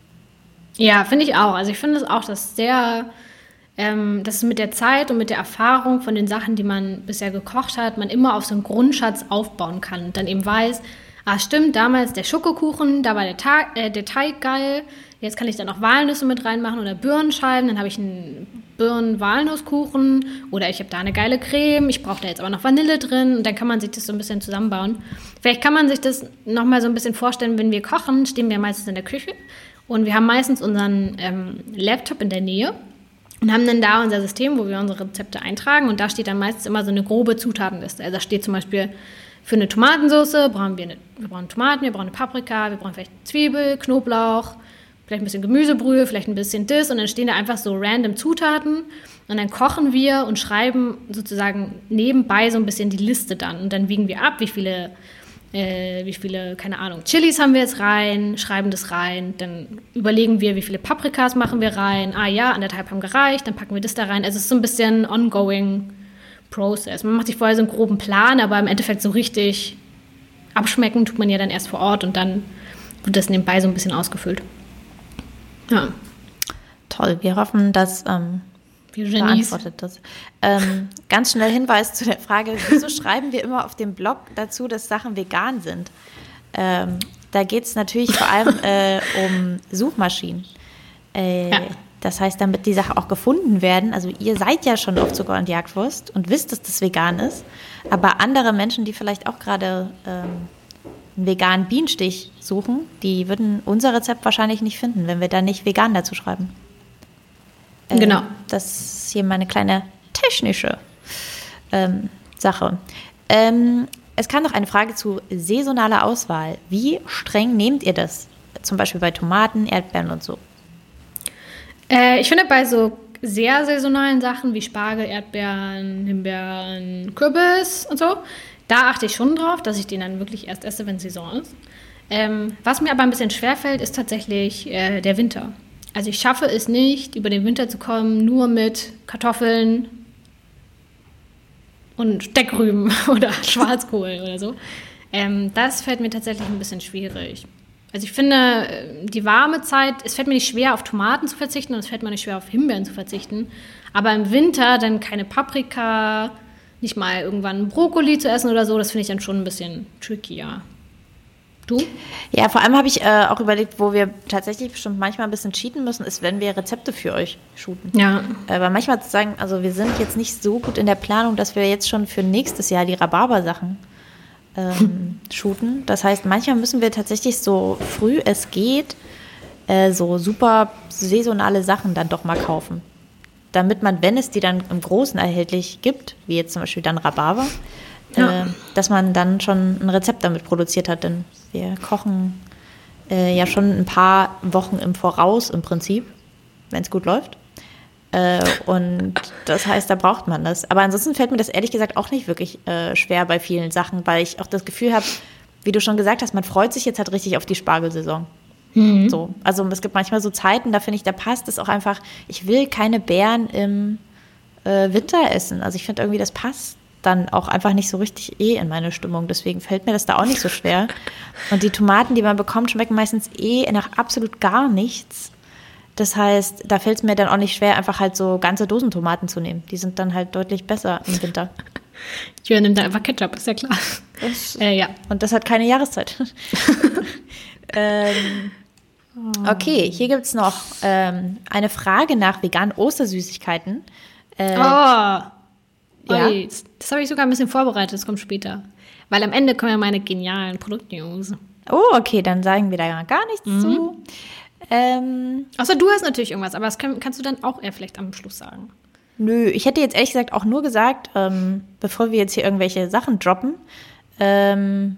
Ja, finde ich auch. Also ich finde es auch, dass sehr, ähm, dass mit der Zeit und mit der Erfahrung von den Sachen, die man bisher gekocht hat, man immer auf so einen Grundschatz aufbauen kann und dann eben weiß, ah stimmt, damals der Schokokuchen, da war der, Tag, äh, der Teig geil. Jetzt kann ich dann auch Walnüsse mit reinmachen oder Birnenscheiben. Dann habe ich einen Birnen-Walnusskuchen oder ich habe da eine geile Creme. Ich brauche da jetzt aber noch Vanille drin und dann kann man sich das so ein bisschen zusammenbauen. Vielleicht kann man sich das nochmal so ein bisschen vorstellen, wenn wir kochen, stehen wir meistens in der Küche und wir haben meistens unseren ähm, Laptop in der Nähe und haben dann da unser System, wo wir unsere Rezepte eintragen und da steht dann meistens immer so eine grobe Zutatenliste. Also da steht zum Beispiel, für eine Tomatensauce brauchen wir, eine, wir brauchen Tomaten, wir brauchen eine Paprika, wir brauchen vielleicht Zwiebel, Knoblauch, vielleicht ein bisschen Gemüsebrühe, vielleicht ein bisschen das und dann stehen da einfach so random Zutaten und dann kochen wir und schreiben sozusagen nebenbei so ein bisschen die Liste dann und dann wiegen wir ab, wie viele, äh, wie viele, keine Ahnung, Chilis haben wir jetzt rein, schreiben das rein, dann überlegen wir, wie viele Paprikas machen wir rein, ah ja, anderthalb haben gereicht, dann packen wir das da rein, also es ist so ein bisschen ongoing Process. Man macht sich vorher so einen groben Plan, aber im Endeffekt so richtig abschmecken tut man ja dann erst vor Ort und dann wird das nebenbei so ein bisschen ausgefüllt. Ja. Toll, wir hoffen, dass ähm, beantwortet das. Ähm, ganz schnell Hinweis zu der Frage, wieso schreiben wir immer auf dem Blog dazu, dass Sachen vegan sind? Ähm, da geht es natürlich vor allem äh, um Suchmaschinen. Äh, ja. Das heißt, damit die Sachen auch gefunden werden, also ihr seid ja schon auf Zucker und Jagdwurst und wisst, dass das vegan ist, aber andere Menschen, die vielleicht auch gerade ähm, einen veganen Bienenstich suchen, die würden unser Rezept wahrscheinlich nicht finden, wenn wir da nicht vegan dazu schreiben. Äh, genau. Das ist hier meine kleine technische ähm, Sache. Ähm, es kam noch eine Frage zu saisonaler Auswahl. Wie streng nehmt ihr das? Zum Beispiel bei Tomaten, Erdbeeren und so. Äh, ich finde, bei so sehr saisonalen Sachen wie Spargel, Erdbeeren, Himbeeren, Kürbis und so, da achte ich schon drauf, dass ich den dann wirklich erst esse, wenn Saison ist. Ähm, was mir aber ein bisschen schwerfällt, ist tatsächlich äh, der Winter. Also ich schaffe es nicht, über den Winter zu kommen, nur mit Kartoffeln und Steckrüben oder Schwarzkohl oder so. Ähm, das fällt mir tatsächlich ein bisschen schwierig. Also ich finde, die warme Zeit, es fällt mir nicht schwer, auf Tomaten zu verzichten und es fällt mir nicht schwer, auf Himbeeren zu verzichten. Aber im Winter dann keine Paprika, nicht mal irgendwann Brokkoli zu essen oder so, das finde ich dann schon ein bisschen trickier. Du? Ja, vor allem habe ich äh, auch überlegt, wo wir tatsächlich bestimmt manchmal ein bisschen cheaten müssen, ist, wenn wir Rezepte für euch shooten. Ja. Äh, weil manchmal zu sagen, also wir sind jetzt nicht so gut in der Planung, dass wir jetzt schon für nächstes Jahr die Rhabarber-Sachen ähm, shooten. Das heißt, manchmal müssen wir tatsächlich so früh es geht äh, so super saisonale Sachen dann doch mal kaufen. Damit man, wenn es die dann im Großen erhältlich gibt, wie jetzt zum Beispiel dann Rhabarber, ja. äh, dass man dann schon ein Rezept damit produziert hat. Denn wir kochen äh, ja schon ein paar Wochen im Voraus im Prinzip, wenn es gut läuft. Äh, und das heißt, da braucht man das. Aber ansonsten fällt mir das ehrlich gesagt auch nicht wirklich äh, schwer bei vielen Sachen, weil ich auch das Gefühl habe, wie du schon gesagt hast, man freut sich jetzt halt richtig auf die Spargelsaison. Mhm. So. Also es gibt manchmal so Zeiten, da finde ich, da passt es auch einfach, ich will keine Beeren im äh, Winter essen. Also ich finde irgendwie, das passt dann auch einfach nicht so richtig eh in meine Stimmung. Deswegen fällt mir das da auch nicht so schwer. Und die Tomaten, die man bekommt, schmecken meistens eh nach absolut gar nichts. Das heißt, da fällt es mir dann auch nicht schwer, einfach halt so ganze Dosentomaten zu nehmen. Die sind dann halt deutlich besser im Winter. Ja, nimm da einfach Ketchup, ist ja klar. Das, äh, ja. Und das hat keine Jahreszeit. ähm, okay, hier gibt es noch ähm, eine Frage nach veganen Ostersüßigkeiten. Äh, oh, ja? Oi, das habe ich sogar ein bisschen vorbereitet, das kommt später. Weil am Ende kommen ja meine genialen Produktnews. Oh, okay, dann sagen wir da gar nichts mhm. zu. Ähm, Außer du hast natürlich irgendwas, aber das kann, kannst du dann auch eher vielleicht am Schluss sagen. Nö, ich hätte jetzt ehrlich gesagt auch nur gesagt, ähm, bevor wir jetzt hier irgendwelche Sachen droppen, ähm,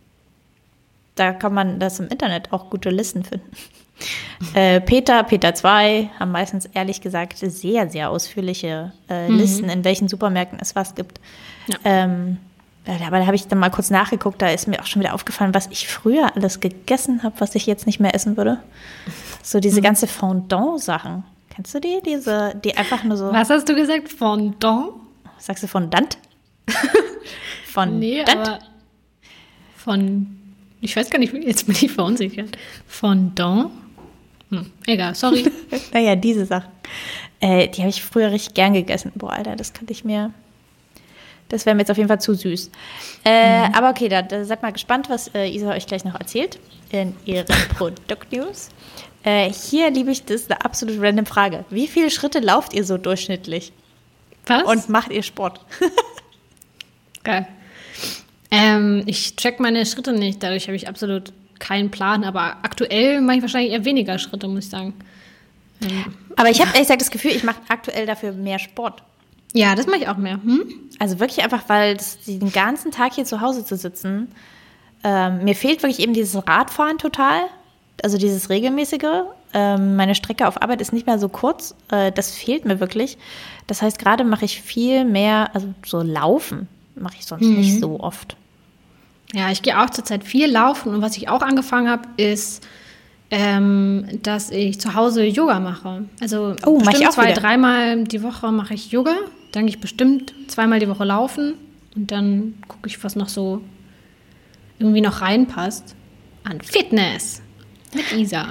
da kann man das im Internet auch gute Listen finden. äh, Peter, Peter zwei haben meistens ehrlich gesagt sehr, sehr ausführliche äh, mhm. Listen, in welchen Supermärkten es was gibt. Ja. Ähm, aber da habe ich dann mal kurz nachgeguckt, da ist mir auch schon wieder aufgefallen, was ich früher alles gegessen habe, was ich jetzt nicht mehr essen würde. So diese mhm. ganze Fondant-Sachen. Kennst du die? Diese, die einfach nur so. Was hast du gesagt? Fondant? Sagst du Fondant? Fondant? Nee, aber von, ich weiß gar nicht, jetzt bin ich verunsichert. Fondant? Hm, egal, sorry. Naja, diese Sachen. Äh, die habe ich früher richtig gern gegessen. Boah, Alter, das könnte ich mir, das wäre mir jetzt auf jeden Fall zu süß. Äh, mhm. Aber okay, da, da seid mal gespannt, was äh, Isa euch gleich noch erzählt in ihren Produktnews. Äh, hier, liebe ich, das ist eine absolut random Frage. Wie viele Schritte lauft ihr so durchschnittlich? Was? Und macht ihr Sport? Geil. Ähm, ich check meine Schritte nicht, dadurch habe ich absolut keinen Plan, aber aktuell mache ich wahrscheinlich eher weniger Schritte, muss ich sagen. Ähm, aber ich habe ehrlich gesagt das Gefühl, ich mache aktuell dafür mehr Sport. Ja, das mache ich auch mehr. Hm? Also wirklich einfach, weil das, den ganzen Tag hier zu Hause zu sitzen, ähm, mir fehlt wirklich eben dieses Radfahren total. Also dieses regelmäßige. Ähm, meine Strecke auf Arbeit ist nicht mehr so kurz. Äh, das fehlt mir wirklich. Das heißt, gerade mache ich viel mehr, also so Laufen mache ich sonst mhm. nicht so oft. Ja, ich gehe auch zurzeit viel laufen. Und was ich auch angefangen habe, ist, ähm, dass ich zu Hause Yoga mache. Also oh, bestimmt mach ich auch zwei, wieder. dreimal die Woche mache ich Yoga. Dann gehe ich bestimmt zweimal die Woche laufen. Und dann gucke ich, was noch so irgendwie noch reinpasst an Fitness. Mit Isa.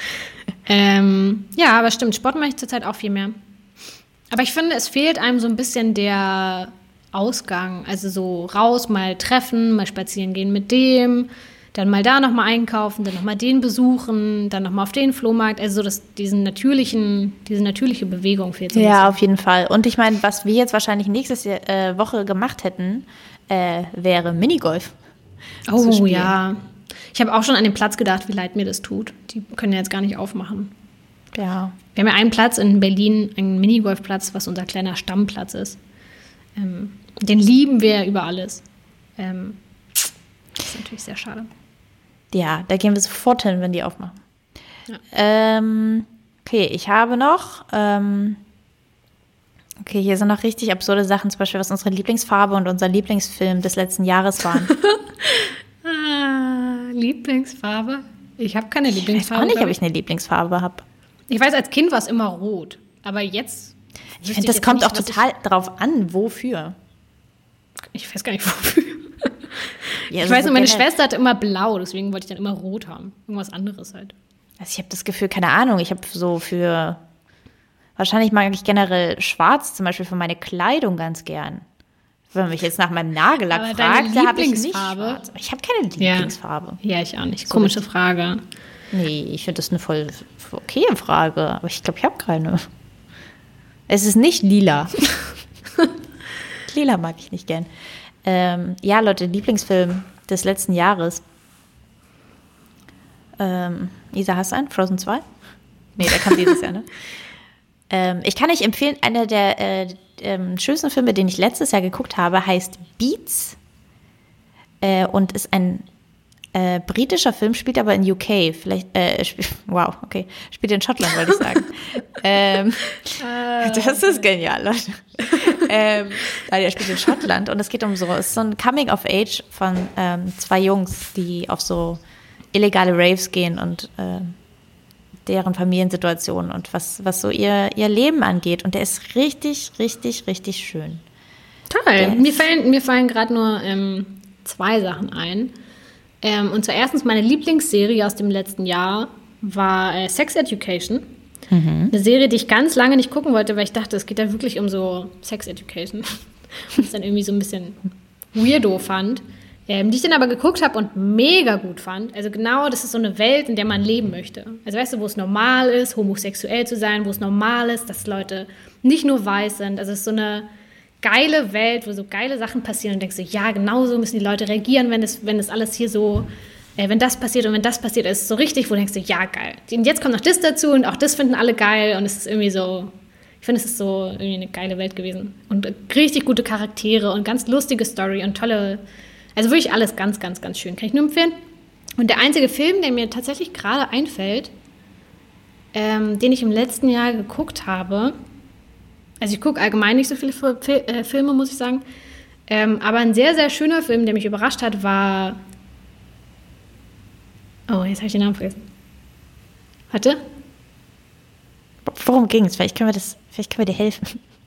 ähm, ja, aber stimmt, Sport mache ich zurzeit auch viel mehr. Aber ich finde, es fehlt einem so ein bisschen der Ausgang. Also so raus, mal treffen, mal spazieren gehen mit dem, dann mal da nochmal einkaufen, dann nochmal den besuchen, dann nochmal auf den Flohmarkt. Also so das, diesen natürlichen, diese natürliche Bewegung fehlt so ein Ja, bisschen. auf jeden Fall. Und ich meine, was wir jetzt wahrscheinlich nächste äh, Woche gemacht hätten, äh, wäre Minigolf. Oh ja. Ich habe auch schon an den Platz gedacht, wie leid mir das tut. Die können ja jetzt gar nicht aufmachen. Ja. Wir haben ja einen Platz in Berlin, einen Minigolfplatz, was unser kleiner Stammplatz ist. Ähm, den lieben wir über alles. Ähm, das ist natürlich sehr schade. Ja, da gehen wir sofort hin, wenn die aufmachen. Ja. Ähm, okay, ich habe noch, ähm, okay, hier sind noch richtig absurde Sachen, zum Beispiel, was unsere Lieblingsfarbe und unser Lieblingsfilm des letzten Jahres waren. ah, Lieblingsfarbe? Ich habe keine Ich Lieblingsfarbe. weiß auch nicht, ob ich eine Lieblingsfarbe habe. Ich weiß, als Kind war es immer rot, aber jetzt... Ich finde, das kommt nicht, auch total ich, drauf an, wofür. Ich weiß gar nicht, wofür. Ja, ich weiß nur, meine Schwester hatte immer blau, deswegen wollte ich dann immer rot haben. Irgendwas anderes halt. Also ich habe das Gefühl, keine Ahnung, ich habe so für, wahrscheinlich mag ich generell schwarz zum Beispiel für meine Kleidung ganz gern. Wenn man mich jetzt nach meinem Nagellack aber fragt, da habe ich nicht Lieblingsfarbe? schwarz. Ich habe keine Lieblingsfarbe. Ja, ja, ich auch nicht. Komische so Frage. Nee, ich finde das eine voll okay Frage, aber ich glaube, ich habe keine. Es ist nicht lila. Lila mag ich nicht gern. Ähm, ja, Leute, Lieblingsfilm des letzten Jahres. Ähm, Isa, hast du einen? Frozen zwei? Nee, der kam dieses Jahr, ne? Ähm, ich kann euch empfehlen, einer der äh, ähm, schönsten Filme, den ich letztes Jahr geguckt habe, heißt Beats äh, und ist ein äh, britischer Film, spielt aber in U K. Vielleicht, äh, spiel, wow, okay, spielt in Schottland, wollte ich sagen. ähm, das ist genial, Leute. ähm, er spielt in Schottland und es geht um so, es ist so ein Coming of Age von ähm, zwei Jungs, die auf so illegale Raves gehen und äh, deren Familiensituation und was, was so ihr, ihr Leben angeht. Und der ist richtig, richtig, richtig schön. Toll. Mir fallen, mir fallen gerade nur ähm, zwei Sachen ein. Ähm, und zwar erstens, meine Lieblingsserie aus dem letzten Jahr war äh, Sex Education. Mhm. Eine Serie, die ich ganz lange nicht gucken wollte, weil ich dachte, es geht da wirklich um so Sex Education. Und es dann irgendwie so ein bisschen weirdo fand. Ähm, die ich dann aber geguckt habe und mega gut fand. Also genau, das ist so eine Welt, in der man leben möchte. Also weißt du, wo es normal ist, homosexuell zu sein, wo es normal ist, dass Leute nicht nur weiß sind. Also es ist so eine geile Welt, wo so geile Sachen passieren und denkst du, ja, genau so müssen die Leute reagieren, wenn das, wenn das alles hier so, äh, wenn das passiert und wenn das passiert, ist es so richtig, wo du denkst du, ja, geil. Und jetzt kommt noch das dazu und auch das finden alle geil und es ist irgendwie so, ich finde, es ist so irgendwie eine geile Welt gewesen. Und richtig gute Charaktere und ganz lustige Story und tolle, also wirklich alles ganz, ganz, ganz schön. Kann ich nur empfehlen. Und der einzige Film, der mir tatsächlich gerade einfällt, ähm, den ich im letzten Jahr geguckt habe, also ich gucke allgemein nicht so viele Fil- äh, Filme, muss ich sagen, ähm, aber ein sehr, sehr schöner Film, der mich überrascht hat, war... Oh, jetzt habe ich den Namen vergessen. Warte. Worum ging es? Vielleicht können wir das, vielleicht können wir dir helfen.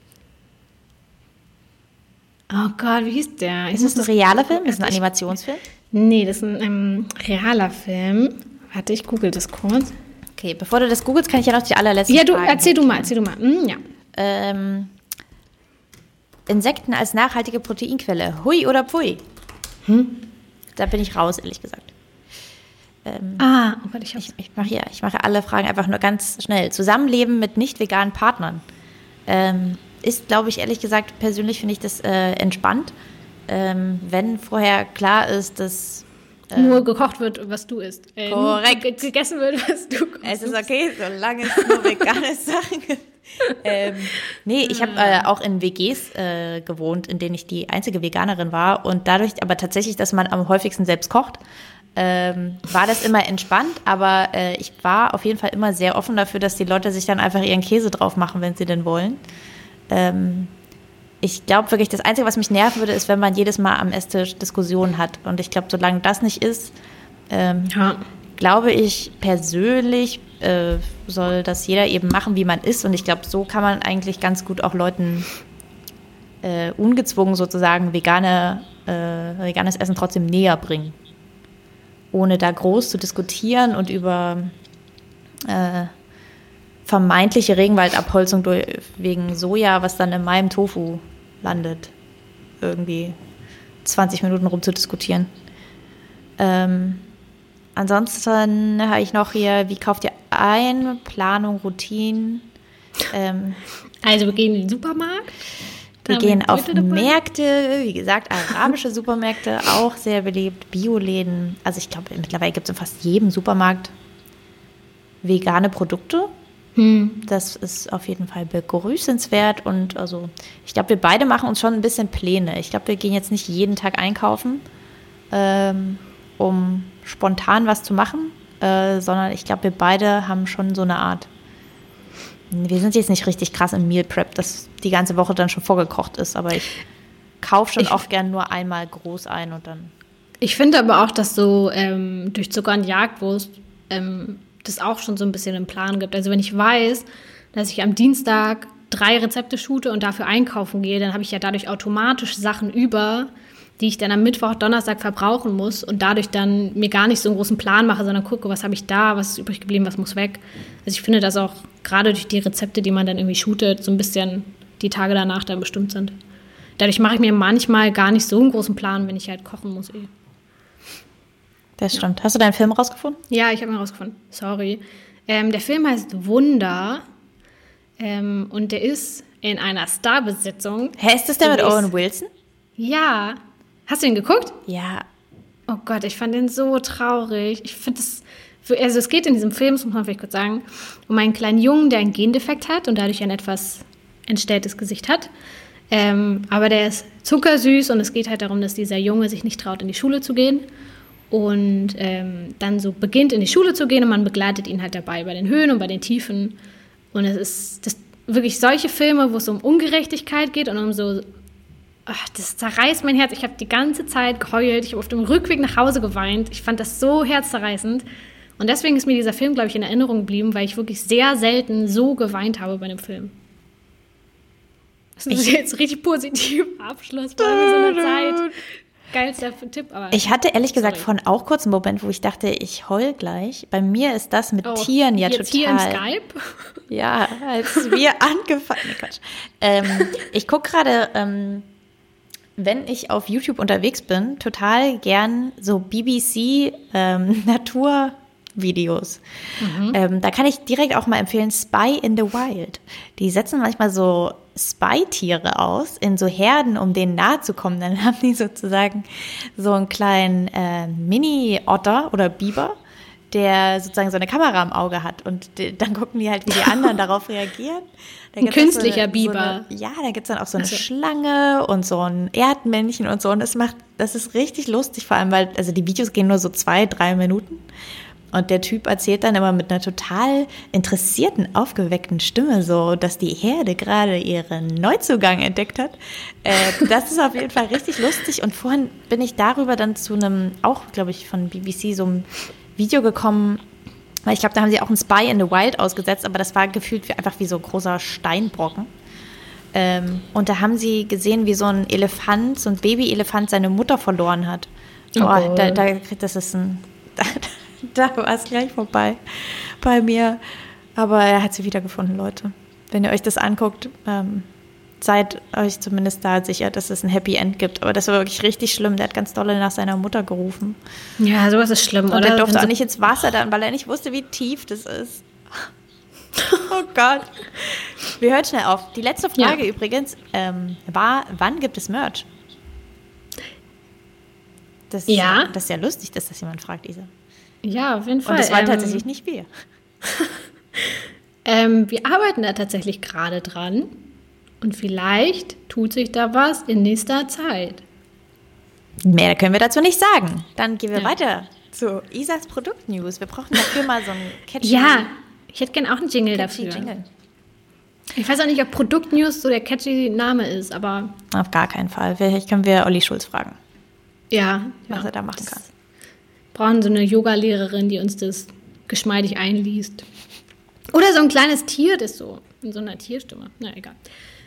Oh Gott, wie hieß der? Ist das ein realer Film? Ist das ein Animationsfilm? Nee, das ist ein ähm, realer Film. Warte, ich google das kurz. Okay, bevor du das googelst, kann ich ja noch die allerletzte Ja, du, Frage erzähl du mal, erzähl du mal. Hm, ja. Ähm, Insekten als nachhaltige Proteinquelle. Hui oder pfui? Hm? Da bin ich raus, ehrlich gesagt. Ähm, ah, oh Gott, ich hab's. Ich, ich mache ja, ich mache alle Fragen einfach nur ganz schnell. Zusammenleben mit nicht veganen Partnern. Ähm, ist, glaube ich, ehrlich gesagt, persönlich finde ich das äh, entspannt. Ähm, wenn vorher klar ist, dass äh, nur gekocht wird, was du isst. Äh, korrekt. Nur gegessen wird, was du kochst. Es ist okay, solange es nur vegane Sachen gibt. ähm, nee, ich habe äh, auch in W Gs äh, gewohnt, in denen ich die einzige Veganerin war. Und dadurch aber tatsächlich, dass man am häufigsten selbst kocht, ähm, war das immer entspannt. Aber äh, ich war auf jeden Fall immer sehr offen dafür, dass die Leute sich dann einfach ihren Käse drauf machen, wenn sie denn wollen. Ähm, ich glaube wirklich, das Einzige, was mich nerven würde, ist, wenn man jedes Mal am Esstisch Diskussionen hat. Und ich glaube, solange das nicht ist, ähm, ja. glaube ich persönlich, äh, soll das jeder eben machen, wie man ist. Und ich glaube, so kann man eigentlich ganz gut auch Leuten äh, ungezwungen sozusagen vegane, äh, veganes Essen trotzdem näher bringen. Ohne da groß zu diskutieren und über äh, vermeintliche Regenwaldabholzung durch, wegen Soja, was dann in meinem Tofu landet, irgendwie zwanzig Minuten rumzudiskutieren. Ähm, ansonsten habe ich noch hier, wie kauft ihr ein? Planung, Routinen. Ähm, also wir gehen in den Supermarkt. Wir gehen auf Märkte, wie gesagt, arabische Supermärkte, auch sehr beliebt, Bioläden. Also ich glaube, mittlerweile gibt es in fast jedem Supermarkt vegane Produkte. Hm. Das ist auf jeden Fall begrüßenswert und also ich glaube, wir beide machen uns schon ein bisschen Pläne. Ich glaube, wir gehen jetzt nicht jeden Tag einkaufen, ähm, um spontan was zu machen, äh, sondern ich glaube, wir beide haben schon so eine Art, wir sind jetzt nicht richtig krass im Meal Prep, dass die ganze Woche dann schon vorgekocht ist, aber ich kaufe schon ich, auch gern nur einmal groß ein und dann. Ich finde aber auch, dass so ähm, durch Zucker und Jagdwurst ähm, das auch schon so ein bisschen einen Plan gibt. Also wenn ich weiß, dass ich am Dienstag drei Rezepte shoote und dafür einkaufen gehe, dann habe ich ja dadurch automatisch Sachen über, die ich dann am Mittwoch, Donnerstag verbrauchen muss und dadurch dann mir gar nicht so einen großen Plan mache, sondern gucke, was habe ich da, was ist übrig geblieben, was muss weg. Also ich finde, dass auch gerade durch die Rezepte, die man dann irgendwie shootet, so ein bisschen die Tage danach dann bestimmt sind. Dadurch mache ich mir manchmal gar nicht so einen großen Plan, wenn ich halt kochen muss eh. Das stimmt. Ja. Hast du deinen Film rausgefunden? Ja, ich habe ihn rausgefunden. Sorry. Ähm, der Film heißt Wunder ähm, und der ist in einer Starbesetzung. Hä, ist das der mit Owen Wilson? Ja. Hast du ihn geguckt? Ja. Oh Gott, ich fand den so traurig. Ich finde das, also es geht in diesem Film, das muss man vielleicht kurz sagen, um einen kleinen Jungen, der einen Gendefekt hat und dadurch ein etwas entstelltes Gesicht hat. Ähm, aber der ist zuckersüß und es geht halt darum, dass dieser Junge sich nicht traut, in die Schule zu gehen. Und ähm, dann so beginnt in die Schule zu gehen und man begleitet ihn halt dabei bei den Höhen und bei den Tiefen. Und es ist das, wirklich solche Filme, wo es um Ungerechtigkeit geht und um so, ach, das zerreißt mein Herz. Ich habe die ganze Zeit geheult, ich habe auf dem Rückweg nach Hause geweint. Ich fand das so herzzerreißend. Und deswegen ist mir dieser Film, glaube ich, in Erinnerung geblieben, weil ich wirklich sehr selten so geweint habe bei einem Film. Das ist jetzt ein richtig positiver Abschluss bei so einer Zeit. Geilster Tipp, aber. Ich hatte ehrlich gesagt vorhin auch kurz einen Moment, wo ich dachte, ich heul gleich. Bei mir ist das mit oh, Tieren ja jetzt total. Hier im Skype? Ja, als wir angefangen. Nee, Quatsch. Ähm, ich gucke gerade, ähm, wenn ich auf YouTube unterwegs bin, total gern so B B C ähm, Naturvideos. Mhm. Ähm, da kann ich direkt auch mal empfehlen, Spy in the Wild. Die setzen manchmal so Spy-Tiere aus, in so Herden, um denen nahe zu kommen. Dann haben die sozusagen so einen kleinen äh, Mini-Otter oder Biber, der sozusagen so eine Kamera im Auge hat. Und die, dann gucken die halt, wie die anderen darauf reagieren. Ein künstlicher so eine, Biber. So eine, ja, da gibt es dann auch so eine also. Schlange und so ein Erdmännchen und so. Und das macht, das ist richtig lustig, vor allem, weil also die Videos gehen nur so zwei, drei Minuten. Und der Typ erzählt dann immer mit einer total interessierten, aufgeweckten Stimme so, dass die Herde gerade ihren Neuzugang entdeckt hat. Äh, das ist auf jeden Fall richtig lustig. Und vorhin bin ich darüber dann zu einem, auch glaube ich von B B C, so einem Video gekommen, weil ich glaube, da haben sie auch einen Spy in the Wild ausgesetzt, aber das war gefühlt wie, einfach wie so ein großer Steinbrocken. Ähm, und da haben sie gesehen, wie so ein Elefant, so ein Babyelefant seine Mutter verloren hat. Oh, oh. Da, da, das ist ein... Da, Da war es gleich vorbei bei mir. Aber er hat sie wiedergefunden, Leute. Wenn ihr euch das anguckt, ähm, seid euch zumindest da sicher, dass es ein Happy End gibt. Aber das war wirklich richtig schlimm. Der hat ganz dolle nach seiner Mutter gerufen. Ja, sowas ist schlimm, Und oder? Und er durfte Wenn auch so nicht ins Wasser dann, weil er nicht wusste, wie tief das ist. Oh Gott. Wir hören schnell auf. Die letzte Frage ja. übrigens ähm, war, wann gibt es Merch? Das, ja. Das ist ja lustig, dass das jemand fragt, Isa. Ja, auf jeden Fall. Und das waren ähm, tatsächlich nicht wir. ähm, wir arbeiten da tatsächlich gerade dran. Und vielleicht tut sich da was in nächster Zeit. Mehr können wir dazu nicht sagen. Dann gehen wir ja. weiter zu Isas Produkt-News. Wir brauchen dafür mal so einen catchy Ja, ich hätte gerne auch einen Jingle dafür. Jingle. Ich weiß auch nicht, ob Produkt-News so der catchy Name ist, aber... Auf gar keinen Fall. Vielleicht können wir Olli Schulz fragen. Ja. Was ja, er da machen kann. Brauchen so eine Yoga-Lehrerin, die uns das geschmeidig einliest. Oder so ein kleines Tier, das so in so einer Tierstimme. Na, egal.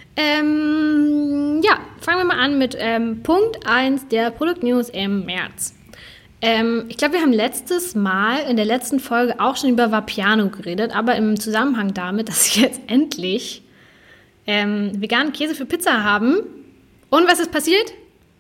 Ähm, ja, fangen wir mal an mit ähm, Punkt eins der Produkt-News im März. Ähm, ich glaube, wir haben letztes Mal in der letzten Folge auch schon über Vapiano geredet, aber im Zusammenhang damit, dass sie jetzt endlich ähm, veganen Käse für Pizza haben. Und was ist passiert?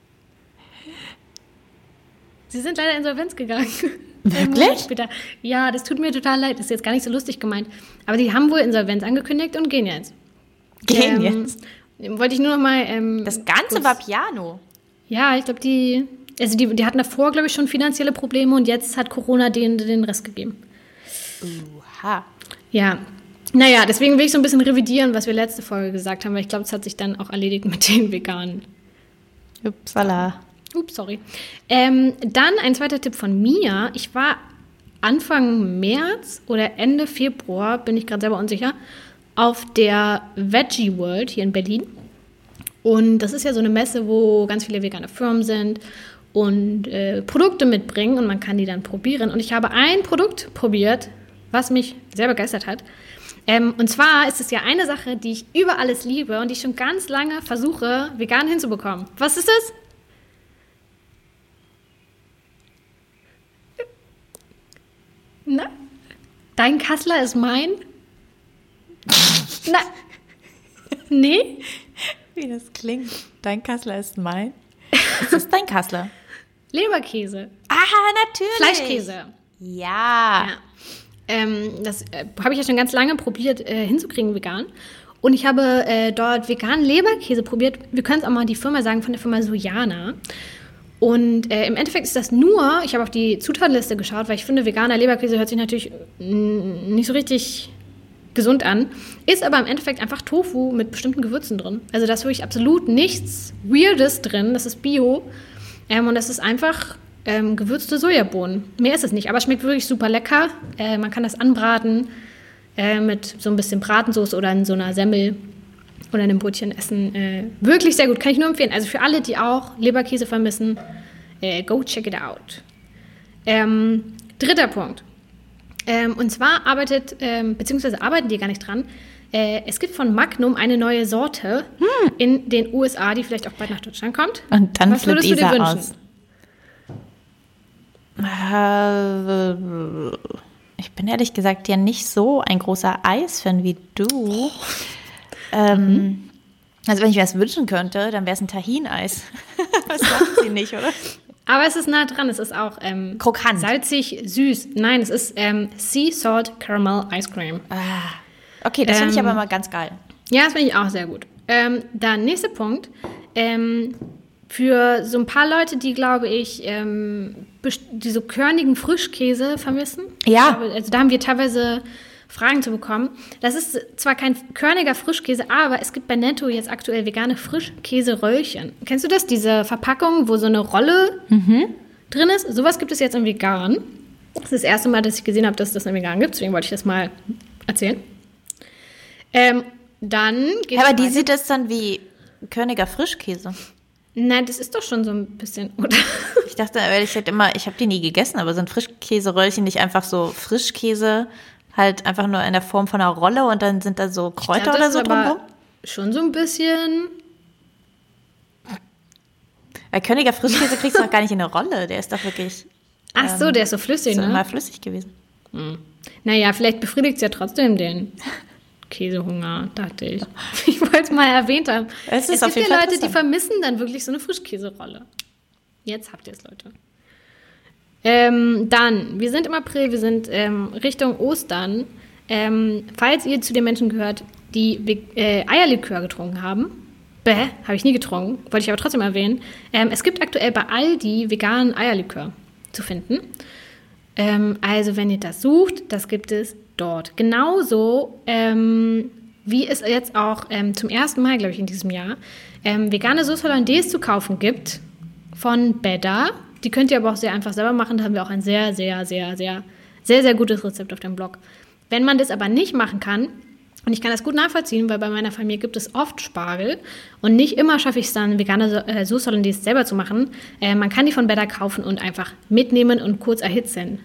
Sie sind leider insolvenz gegangen. Wirklich? Später. Ja, das tut mir total leid. Das ist jetzt gar nicht so lustig gemeint. Aber die haben wohl Insolvenz angekündigt und gehen jetzt. Gehen ähm, jetzt? Wollte ich nur noch mal... Ähm, das Ganze Vapiano? Ja, ich glaube, die... Also die, die hatten davor, glaube ich, schon finanzielle Probleme und jetzt hat Corona denen den Rest gegeben. Uha. Ja. Naja, deswegen will ich so ein bisschen revidieren, was wir letzte Folge gesagt haben, weil ich glaube, es hat sich dann auch erledigt mit den Veganen. Upsala. Ups, sorry. Ähm, dann ein zweiter Tipp von mir. Ich war Anfang März oder Ende Februar, bin ich gerade selber unsicher, auf der Veggie World hier in Berlin. Und das ist ja so eine Messe, wo ganz viele vegane Firmen sind und äh, Produkte mitbringen und man kann die dann probieren. Und ich habe ein Produkt probiert, was mich sehr begeistert hat. Ähm, und zwar ist es ja eine Sache, die ich über alles liebe und die ich schon ganz lange versuche, vegan hinzubekommen. Was ist es? Na? Dein Kassler ist mein? Na? Nee? Wie das klingt. Dein Kassler ist mein. Was ist dein Kassler? Leberkäse. Ah, natürlich. Fleischkäse. Ja. Ja. Ähm, das äh, habe ich ja schon ganz lange probiert äh, hinzukriegen, vegan. Und ich habe äh, dort veganen Leberkäse probiert. Wir können es auch mal die Firma sagen, von der Firma Sojana. Und äh, im Endeffekt ist das nur, ich habe auf die Zutatenliste geschaut, weil ich finde, veganer Leberkäse hört sich natürlich n- nicht so richtig gesund an, ist aber im Endeffekt einfach Tofu mit bestimmten Gewürzen drin. Also da ist wirklich absolut nichts Weirdes drin, das ist Bio ähm, und das ist einfach ähm, gewürzte Sojabohnen. Mehr ist es nicht, aber es schmeckt wirklich super lecker. Äh, man kann das anbraten äh, mit so ein bisschen Bratensauce oder in so einer Semmel oder einem Brötchen essen. Äh, wirklich sehr gut, kann ich nur empfehlen. Also für alle, die auch Leberkäse vermissen, äh, go check it out. Ähm, dritter Punkt. Ähm, und zwar arbeitet, ähm, beziehungsweise arbeiten die gar nicht dran, äh, es gibt von Magnum eine neue Sorte hm. in den U S A, die vielleicht auch bald nach Deutschland kommt. Und dann Was würdest du dir wünschen? Aus. Äh, ich bin ehrlich gesagt ja nicht so ein großer Eisfan wie du. Oh. Ähm, mhm. Also wenn ich mir das wünschen könnte, dann wäre es ein Tahin-Eis. Das machen sie nicht, oder? Aber es ist nah dran. Es ist auch ähm, krokant, salzig, süß. Nein, es ist ähm, Sea Salt Caramel Ice Cream. Ah. Okay, das ähm, finde ich aber mal ganz geil. Ja, das finde ich auch sehr gut. Ähm, dann nächster Punkt. Ähm, für so ein paar Leute, die, glaube ich, ähm, die so körnigen Frischkäse vermissen. Ja. Glaube, also da haben wir teilweise Fragen zu bekommen. Das ist zwar kein körniger Frischkäse, aber es gibt bei Netto jetzt aktuell vegane Frischkäse-Röllchen. Kennst du das? Diese Verpackung, wo so eine Rolle mhm. drin ist? Sowas gibt es jetzt in vegan. Das ist das erste Mal, dass ich gesehen habe, dass es das in vegan gibt. Deswegen wollte ich das mal erzählen. Ähm, dann geht's Aber die weiter. sieht das dann wie körniger Frischkäse. Nein, das ist doch schon so ein bisschen, oder? Ich dachte, ich hätte immer, ich habe die nie gegessen, aber sind Frischkäseröllchen nicht einfach so Frischkäse, halt einfach nur in der Form von einer Rolle und dann sind da so Kräuter glaub, oder so drumherum? Schon so ein bisschen. Weil körniger Frischkäse kriegst du doch gar nicht in eine Rolle, der ist doch wirklich. Ach so, ähm, der ist so flüssig, so ne? Immer flüssig gewesen. Hm. Naja, vielleicht befriedigt es ja trotzdem den Käsehunger, dachte ich. Ich wollte es mal erwähnt haben. Es, ist es auf gibt jeden ja Fall Leute, die vermissen dann wirklich so eine Frischkäserolle. Jetzt habt ihr es, Leute. Ähm, dann, wir sind im April, wir sind ähm, Richtung Ostern. Ähm, falls ihr zu den Menschen gehört, die äh, Eierlikör getrunken haben, bäh, habe ich nie getrunken, wollte ich aber trotzdem erwähnen. Ähm, es gibt aktuell bei Aldi veganen Eierlikör zu finden. Ähm, also wenn ihr das sucht, das gibt es dort. Genauso ähm, wie es jetzt auch ähm, zum ersten Mal, glaube ich, in diesem Jahr ähm, vegane Sauce Hollandaise zu kaufen gibt von Bedda. Die könnt ihr aber auch sehr einfach selber machen. Da haben wir auch ein sehr, sehr, sehr, sehr, sehr, sehr gutes Rezept auf dem Blog. Wenn man das aber nicht machen kann, und ich kann das gut nachvollziehen, weil bei meiner Familie gibt es oft Spargel und nicht immer schaffe ich es dann, vegane äh, Sauce Hollandaise selber zu machen. Äh, man kann die von Bedda kaufen und einfach mitnehmen und kurz erhitzen.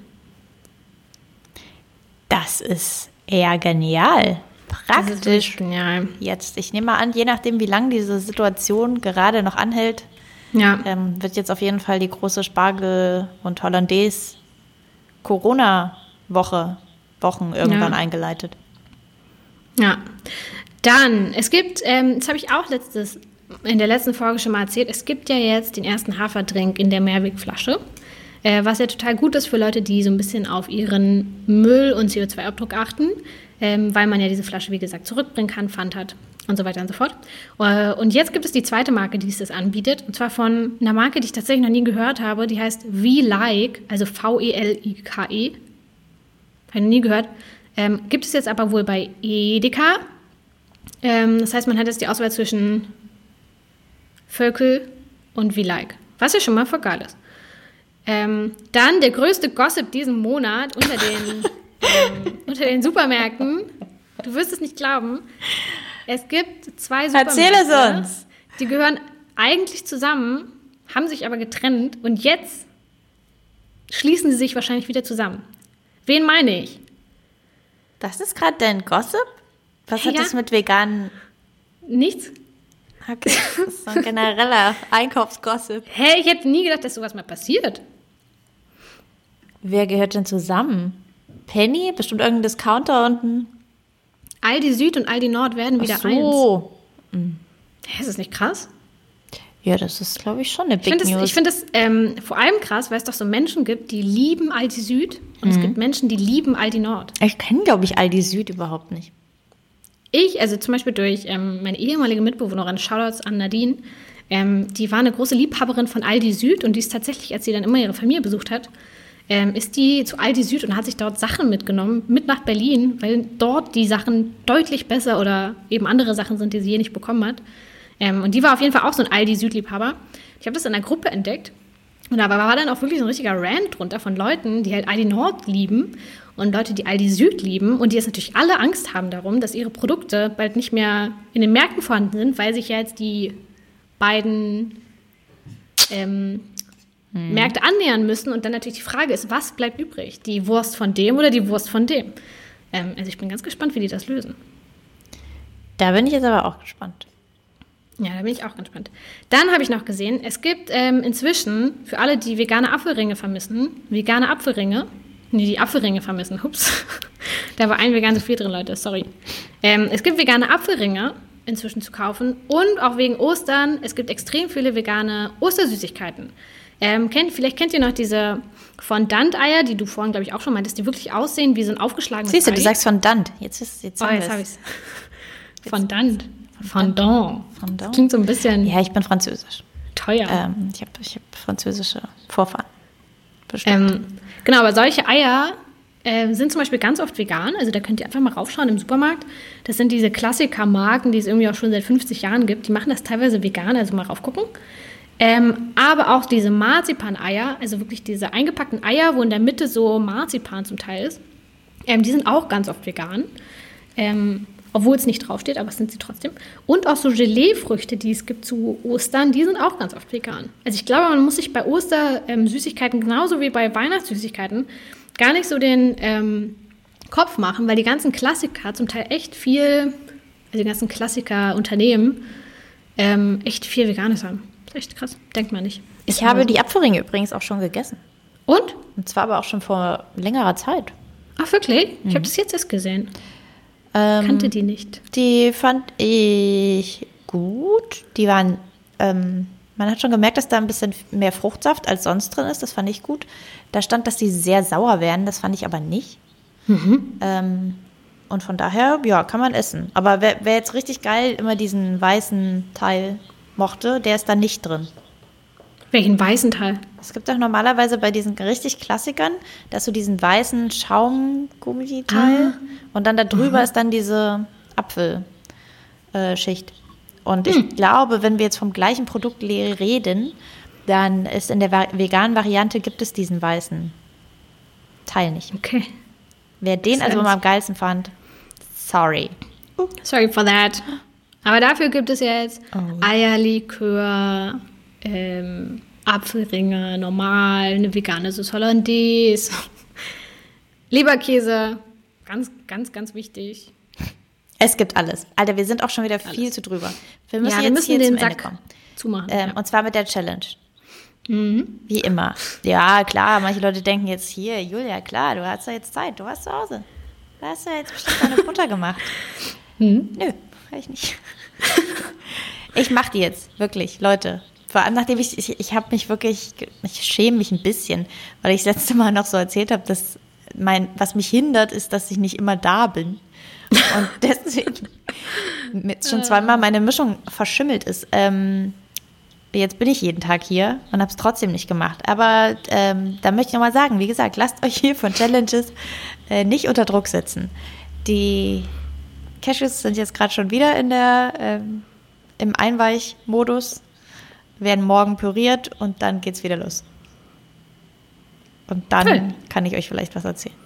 Das ist eher genial. Praktisch. Das ist genial. Jetzt, ich nehme mal an, je nachdem, wie lange diese Situation gerade noch anhält, ja. ähm, wird jetzt auf jeden Fall die große Spargel- und Hollandaise-Corona-Woche, Wochen irgendwann ja. eingeleitet. Ja. Dann, es gibt, ähm, das habe ich auch letztes, in der letzten Folge schon mal erzählt, es gibt ja jetzt den ersten Haferdrink in der Mehrwegflasche. Äh, was ja total gut ist für Leute, die so ein bisschen auf ihren Müll- und C O zwei Abdruck achten, ähm, weil man ja diese Flasche, wie gesagt, zurückbringen kann, Pfand hat und so weiter und so fort. Äh, und jetzt gibt es die zweite Marke, die es das anbietet, und zwar von einer Marke, die ich tatsächlich noch nie gehört habe, die heißt V-Like, also V E L I K E. Habe ich noch nie gehört. Ähm, gibt es jetzt aber wohl bei Edeka. Ähm, das heißt, man hat jetzt die Auswahl zwischen Völkel und Wie Like. Was ja schon mal voll geil ist. Ähm, dann der größte Gossip diesen Monat unter den, ähm, unter den Supermärkten. Du wirst es nicht glauben. Es gibt zwei Supermärkte. Erzähl es uns. Die gehören eigentlich zusammen, haben sich aber getrennt und jetzt schließen sie sich wahrscheinlich wieder zusammen. Wen meine ich? Das ist gerade dein Gossip? Was Ja. hat das mit veganen... Nichts? Okay, das ist so ein genereller Einkaufsgossip. Hey, ich hätte nie gedacht, dass sowas mal passiert. Wer gehört denn zusammen? Penny? Bestimmt irgendein Discounter unten? Aldi Süd und Aldi Nord werden wieder Ach so. eins. Hä, ist das nicht krass? Ja, das ist, glaube ich, schon eine Ich Big finde es News. find das, ähm, vor allem krass, weil es doch so Menschen gibt, die lieben Aldi Süd und es gibt Menschen, die lieben Aldi Nord. Ich kenne, glaube ich, Aldi Süd überhaupt nicht. Ich, also zum Beispiel durch ähm, meine ehemalige Mitbewohnerin, Shoutouts an Nadine, ähm, die war eine große Liebhaberin von Aldi Süd und die ist tatsächlich, als sie dann immer ihre Familie besucht hat, ähm, ist die zu Aldi Süd und hat sich dort Sachen mitgenommen, mit nach Berlin, weil dort die Sachen deutlich besser oder eben andere Sachen sind, die sie hier nicht bekommen hat. Ähm, und die war auf jeden Fall auch so ein Aldi Süd-Liebhaber. Ich habe das in einer Gruppe entdeckt und da war dann auch wirklich so ein richtiger Rant drunter von Leuten, die halt Aldi Nord lieben und Leute, die Aldi Süd lieben und die jetzt natürlich alle Angst haben darum, dass ihre Produkte bald nicht mehr in den Märkten vorhanden sind, weil sich ja jetzt die beiden ähm, hm. Märkte annähern müssen und dann natürlich die Frage ist, was bleibt übrig? Die Wurst von dem oder die Wurst von dem? Ähm, also ich bin ganz gespannt, wie die das lösen. Da bin ich jetzt aber auch gespannt. Ja, da bin ich auch gespannt. Dann habe ich noch gesehen, es gibt ähm, inzwischen, für alle, die vegane Apfelringe vermissen, vegane Apfelringe, nee, die Apfelringe vermissen, ups, da war ein vegan zu viel drin, Leute, sorry. Ähm, es gibt vegane Apfelringe inzwischen zu kaufen und auch wegen Ostern, es gibt extrem viele vegane Ostersüßigkeiten. Ähm, kennt, vielleicht kennt ihr noch diese Fondant-Eier, die du vorhin, glaube ich, auch schon meintest, die wirklich aussehen wie so ein aufgeschlagenes Siehst du, Ei. du sagst Fondant. Jetzt ist jetzt Oh, haben jetzt wir's. habe ich es. Fondant. Fondant. Fondant. Klingt so ein bisschen Ja, ich bin französisch. teuer. Ähm, ich habe ich hab französische Vorfahren. Bestimmt. Ähm, genau, aber solche Eier äh, sind zum Beispiel ganz oft vegan. Also da könnt ihr einfach mal raufschauen im Supermarkt. Das sind diese Klassiker-Marken, die es irgendwie auch schon seit fünfzig Jahren gibt. Die machen das teilweise vegan, also mal raufgucken. Ähm, aber auch diese Marzipan-Eier, also wirklich diese eingepackten Eier, wo in der Mitte so Marzipan zum Teil ist, ähm, die sind auch ganz oft vegan. Ähm, obwohl es nicht draufsteht, aber es sind sie trotzdem. Und auch so Gelee-Früchte, die es gibt zu Ostern, die sind auch ganz oft vegan. Also ich glaube, man muss sich bei Oster-Süßigkeiten genauso wie bei Weihnachtssüßigkeiten gar nicht so den ähm, Kopf machen, weil die ganzen Klassiker zum Teil echt viel, also die ganzen Klassiker-Unternehmen ähm, echt viel Veganes haben. Das ist echt krass, denkt man nicht. Ich Ist habe aber so. die Apfelringe übrigens auch schon gegessen. Und? Und zwar aber auch schon vor längerer Zeit. Ach wirklich? Ich habe das jetzt erst gesehen. Ähm, Kannte die nicht. Die fand ich gut. Die waren, ähm, man hat schon gemerkt, dass da ein bisschen mehr Fruchtsaft als sonst drin ist. Das fand ich gut. Da stand, dass die sehr sauer werden. Das fand ich aber nicht. Mhm. Ähm, und von daher, ja, kann man essen. Aber wer, wer jetzt richtig geil immer diesen weißen Teil mochte, der ist da nicht drin. Welchen weißen Teil? Es gibt auch normalerweise bei diesen richtig Klassikern, dass du diesen weißen Schaumgummi-Teil Ah. und dann da drüber ist dann diese Apfelschicht. Und ich glaube, wenn wir jetzt vom gleichen Produkt le- reden, dann ist in der va- veganen Variante gibt es diesen weißen Teil nicht. Okay. Wer den also immer am geilsten fand, sorry. Sorry for that. Aber dafür gibt es jetzt Oh. Eierlikör, ähm, Apfelringe, normal, eine vegane Sauce Hollandaise, Leberkäse, ganz, ganz, ganz wichtig. Es gibt alles. Alter, wir sind auch schon wieder viel Alles. zu drüber. Wir müssen Ja, wir jetzt müssen hier den zum Ende Sack kommen. zumachen. Ähm, ja. Und zwar mit der Challenge. Mhm. Wie immer. Ja, klar, manche Leute denken jetzt hier, Julia, klar, du hast ja jetzt Zeit, du warst zu Hause. Du hast ja jetzt bestimmt deine Butter gemacht. Mhm. Nö, kann ich nicht. Ich mach die jetzt, wirklich, Leute. Vor allem, nachdem ich, ich, ich habe mich wirklich, ich schäme mich ein bisschen, weil ich das letzte Mal noch so erzählt habe, dass mein, was mich hindert, ist, dass ich nicht immer da bin. Und deswegen jetzt schon zweimal meine Mischung verschimmelt ist. Ähm, jetzt bin ich jeden Tag hier und habe es trotzdem nicht gemacht. Aber ähm, da möchte ich nochmal sagen, wie gesagt, lasst euch hier von Challenges äh, nicht unter Druck setzen. Die Cashews sind jetzt gerade schon wieder in der, ähm, im Einweichmodus, werden morgen püriert und dann geht's wieder los. Und dann cool. kann ich euch vielleicht was erzählen.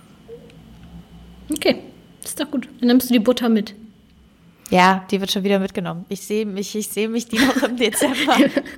Okay, das ist doch gut. Dann nimmst du die Butter mit. Ja, die wird schon wieder mitgenommen. Ich sehe mich, ich sehe mich die noch im Dezember.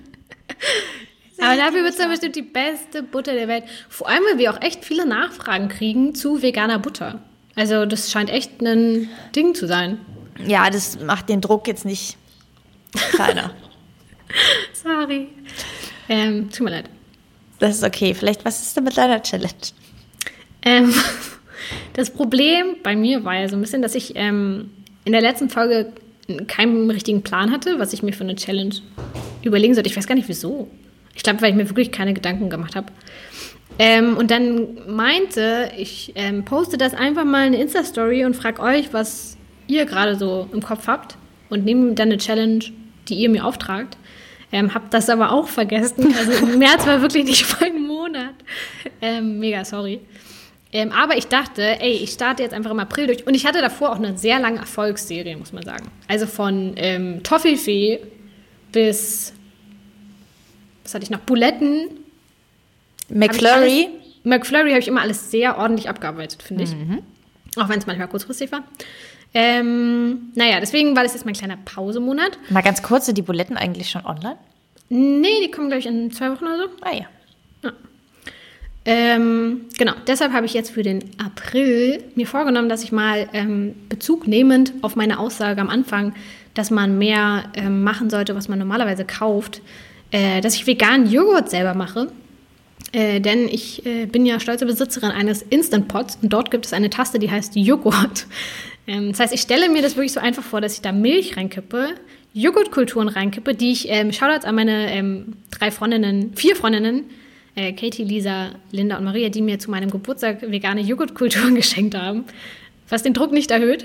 Aber dafür wird es dann bestimmt die beste Butter der Welt. Vor allem, weil wir auch echt viele Nachfragen kriegen zu veganer Butter. Also das scheint echt ein Ding zu sein. Ja, das macht den Druck jetzt nicht kleiner. Sorry. Ähm, tut mir leid. Das ist okay. Vielleicht, was ist denn mit deiner Challenge? Ähm, das Problem bei mir war ja so ein bisschen, dass ich ähm, in der letzten Folge keinen richtigen Plan hatte, was ich mir für eine Challenge überlegen sollte. Ich weiß gar nicht, wieso. Ich glaube, weil ich mir wirklich keine Gedanken gemacht habe. Ähm, und dann meinte, ich ähm, poste das einfach mal in eine Insta-Story und frage euch, was ihr gerade so im Kopf habt und nehme dann eine Challenge, die ihr mir auftragt. Ähm, hab das aber auch vergessen. Also im März war wirklich nicht mein Monat. Ähm, mega sorry. Ähm, aber ich dachte, ey, ich starte jetzt einfach im April durch. Und ich hatte davor auch eine sehr lange Erfolgsserie, muss man sagen. Also von ähm, Toffifee bis, was hatte ich noch, Buletten. McFlurry. Hab alles, McFlurry habe ich immer alles sehr ordentlich abgearbeitet, finde ich. Mhm. Auch wenn es manchmal kurzfristig war. Ähm, naja, deswegen war das jetzt mein kleiner Pausemonat. Mal ganz kurz, sind die Buletten eigentlich schon online? Nee, die kommen, glaube ich, in zwei Wochen oder so. Ah ja. Ja. Ähm, genau, deshalb habe ich jetzt für den April mir vorgenommen, dass ich mal ähm, Bezug nehmend auf meine Aussage am Anfang, dass man mehr ähm, machen sollte, was man normalerweise kauft, äh, dass ich veganen Joghurt selber mache. Äh, denn ich äh, bin ja stolze Besitzerin eines Instant Pots und dort gibt es eine Taste, die heißt Joghurt. Ähm, das heißt, ich stelle mir das wirklich so einfach vor, dass ich da Milch reinkippe, Joghurtkulturen reinkippe, die ich, ähm, Shoutouts an meine ähm, drei Freundinnen, vier Freundinnen, äh, Katie, Lisa, Linda und Maria, die mir zu meinem Geburtstag vegane Joghurtkulturen geschenkt haben, was den Druck nicht erhöht,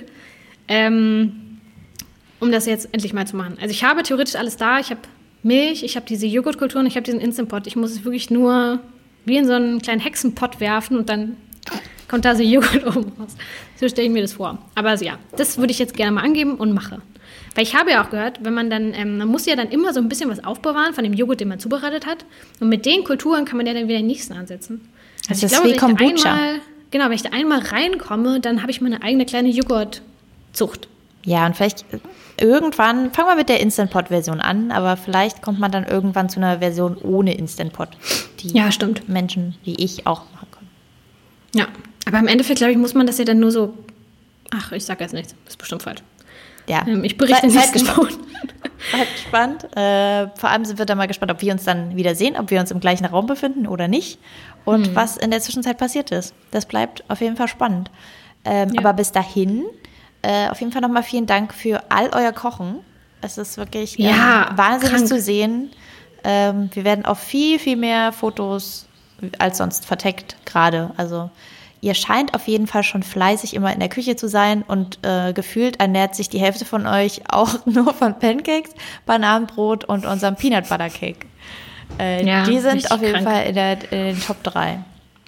ähm, um das jetzt endlich mal zu machen. Also ich habe theoretisch alles da, ich habe Milch, ich habe diese Joghurtkulturen, ich habe diesen Instant Pot, ich muss es wirklich nur wie in so einen kleinen Hexenpott werfen und dann kommt da so Joghurt oben raus. So stelle ich mir das vor. Aber also ja, das würde ich jetzt gerne mal angeben und mache. Weil ich habe ja auch gehört, wenn man dann, ähm, man muss ja dann immer so ein bisschen was aufbewahren von dem Joghurt, den man zubereitet hat. Und mit den Kulturen kann man ja dann wieder den nächsten ansetzen. Also das ist glaube, wie Kombucha. Einmal, genau, wenn ich da einmal reinkomme, dann habe ich meine eigene kleine Joghurtzucht. Ja, und vielleicht irgendwann, fangen wir mit der Instant Pot-Version an, aber vielleicht kommt man dann irgendwann zu einer Version ohne Instant Pot, die ja, stimmt. Menschen wie ich auch machen können. Ja, aber im Endeffekt, glaube ich, muss man das ja dann nur so, ach, ich sage jetzt nichts, das ist bestimmt falsch. Ja. Ähm, ich berichte nicht gespannt. Halt gespannt. Äh, vor allem sind wir dann mal gespannt, ob wir uns dann wieder sehen, ob wir uns im gleichen Raum befinden oder nicht und hm. was in der Zwischenzeit passiert ist. Das bleibt auf jeden Fall spannend. Ähm, ja. Aber bis dahin Äh, auf jeden Fall nochmal vielen Dank für all euer Kochen. Es ist wirklich ähm, ja, wahnsinnig krank. zu sehen. Ähm, wir werden auf viel, viel mehr Fotos als sonst verteckt gerade. Also ihr scheint auf jeden Fall schon fleißig immer in der Küche zu sein und äh, gefühlt ernährt sich die Hälfte von euch auch nur von Pancakes, Bananenbrot und unserem Peanut Butter Cake. Äh, ja, die sind auf jeden krank. Fall in, der, in den Top drei.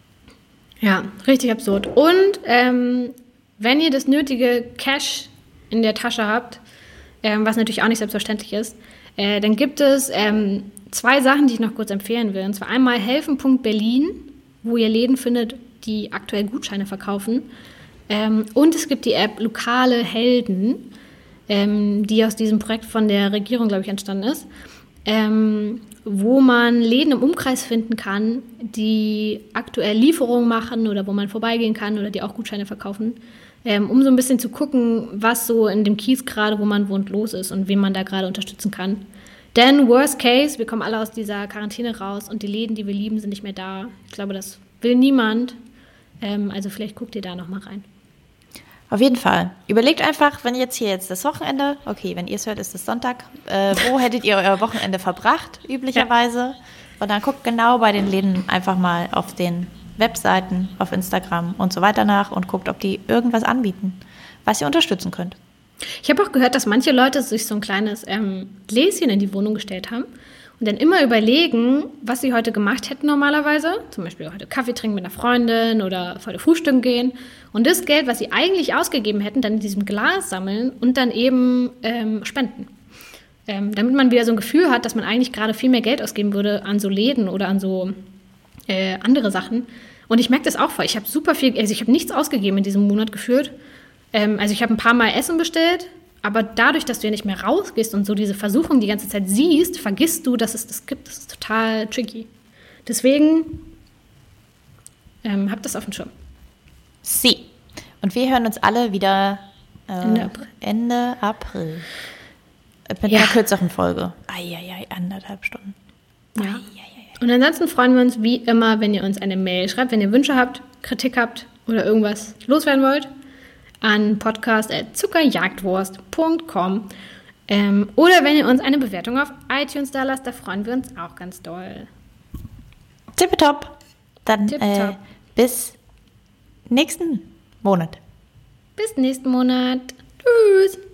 Ja, richtig absurd. Und ähm, wenn ihr das nötige Cash in der Tasche habt, ähm, was natürlich auch nicht selbstverständlich ist, äh, dann gibt es ähm, zwei Sachen, die ich noch kurz empfehlen will. Und zwar einmal helfen Punkt Berlin, wo ihr Läden findet, die aktuell Gutscheine verkaufen. Ähm, und es gibt die App Lokale Helden, ähm, die aus diesem Projekt von der Regierung, glaube ich, entstanden ist, ähm, wo man Läden im Umkreis finden kann, die aktuell Lieferungen machen oder wo man vorbeigehen kann oder die auch Gutscheine verkaufen, ähm, um so ein bisschen zu gucken, was so in dem Kiez gerade, wo man wohnt, los ist und wen man da gerade unterstützen kann. Denn worst case, wir kommen alle aus dieser Quarantäne raus und die Läden, die wir lieben, sind nicht mehr da. Ich glaube, das will niemand. Ähm, also vielleicht guckt ihr da noch mal rein. Auf jeden Fall. Überlegt einfach, wenn jetzt hier jetzt das Wochenende, okay, wenn ihr es hört, ist es Sonntag, äh, wo hättet ihr euer Wochenende verbracht, üblicherweise? Ja. Und dann guckt genau bei den Läden einfach mal auf den Webseiten, auf Instagram und so weiter nach und guckt, ob die irgendwas anbieten, was ihr unterstützen könnt. Ich habe auch gehört, dass manche Leute sich so ein kleines ähm, Gläschen in die Wohnung gestellt haben und dann immer überlegen, was sie heute gemacht hätten normalerweise. Zum Beispiel heute Kaffee trinken mit einer Freundin oder heute frühstücken gehen. Und das Geld, was sie eigentlich ausgegeben hätten, dann in diesem Glas sammeln und dann eben ähm, spenden. Ähm, damit man wieder so ein Gefühl hat, dass man eigentlich gerade viel mehr Geld ausgeben würde an so Läden oder an so äh, andere Sachen. Und ich merke das auch voll. Ich habe super viel, also ich habe nichts ausgegeben in diesem Monat geführt. Ähm, also ich habe ein paar Mal Essen bestellt, aber dadurch, dass du ja nicht mehr rausgehst und so diese Versuchung die ganze Zeit siehst, vergisst du, dass es das gibt. Das ist total tricky. Deswegen ähm, habt das auf dem Schirm. Sie. Und wir hören uns alle wieder äh, Ende April. Ende April. Mit Ja. einer kürzeren Folge. Eieiei, anderthalb Stunden. Ja. Eieiei. Und ansonsten freuen wir uns wie immer, wenn ihr uns eine Mail schreibt, wenn ihr Wünsche habt, Kritik habt oder irgendwas loswerden wollt, an podcast at zuckerjagdwurst punkt com ähm, oder wenn ihr uns eine Bewertung auf iTunes da lasst, da freuen wir uns auch ganz doll. Tippetopp. Dann Tipptopp. äh, bis nächsten Monat. Bis nächsten Monat. Tschüss.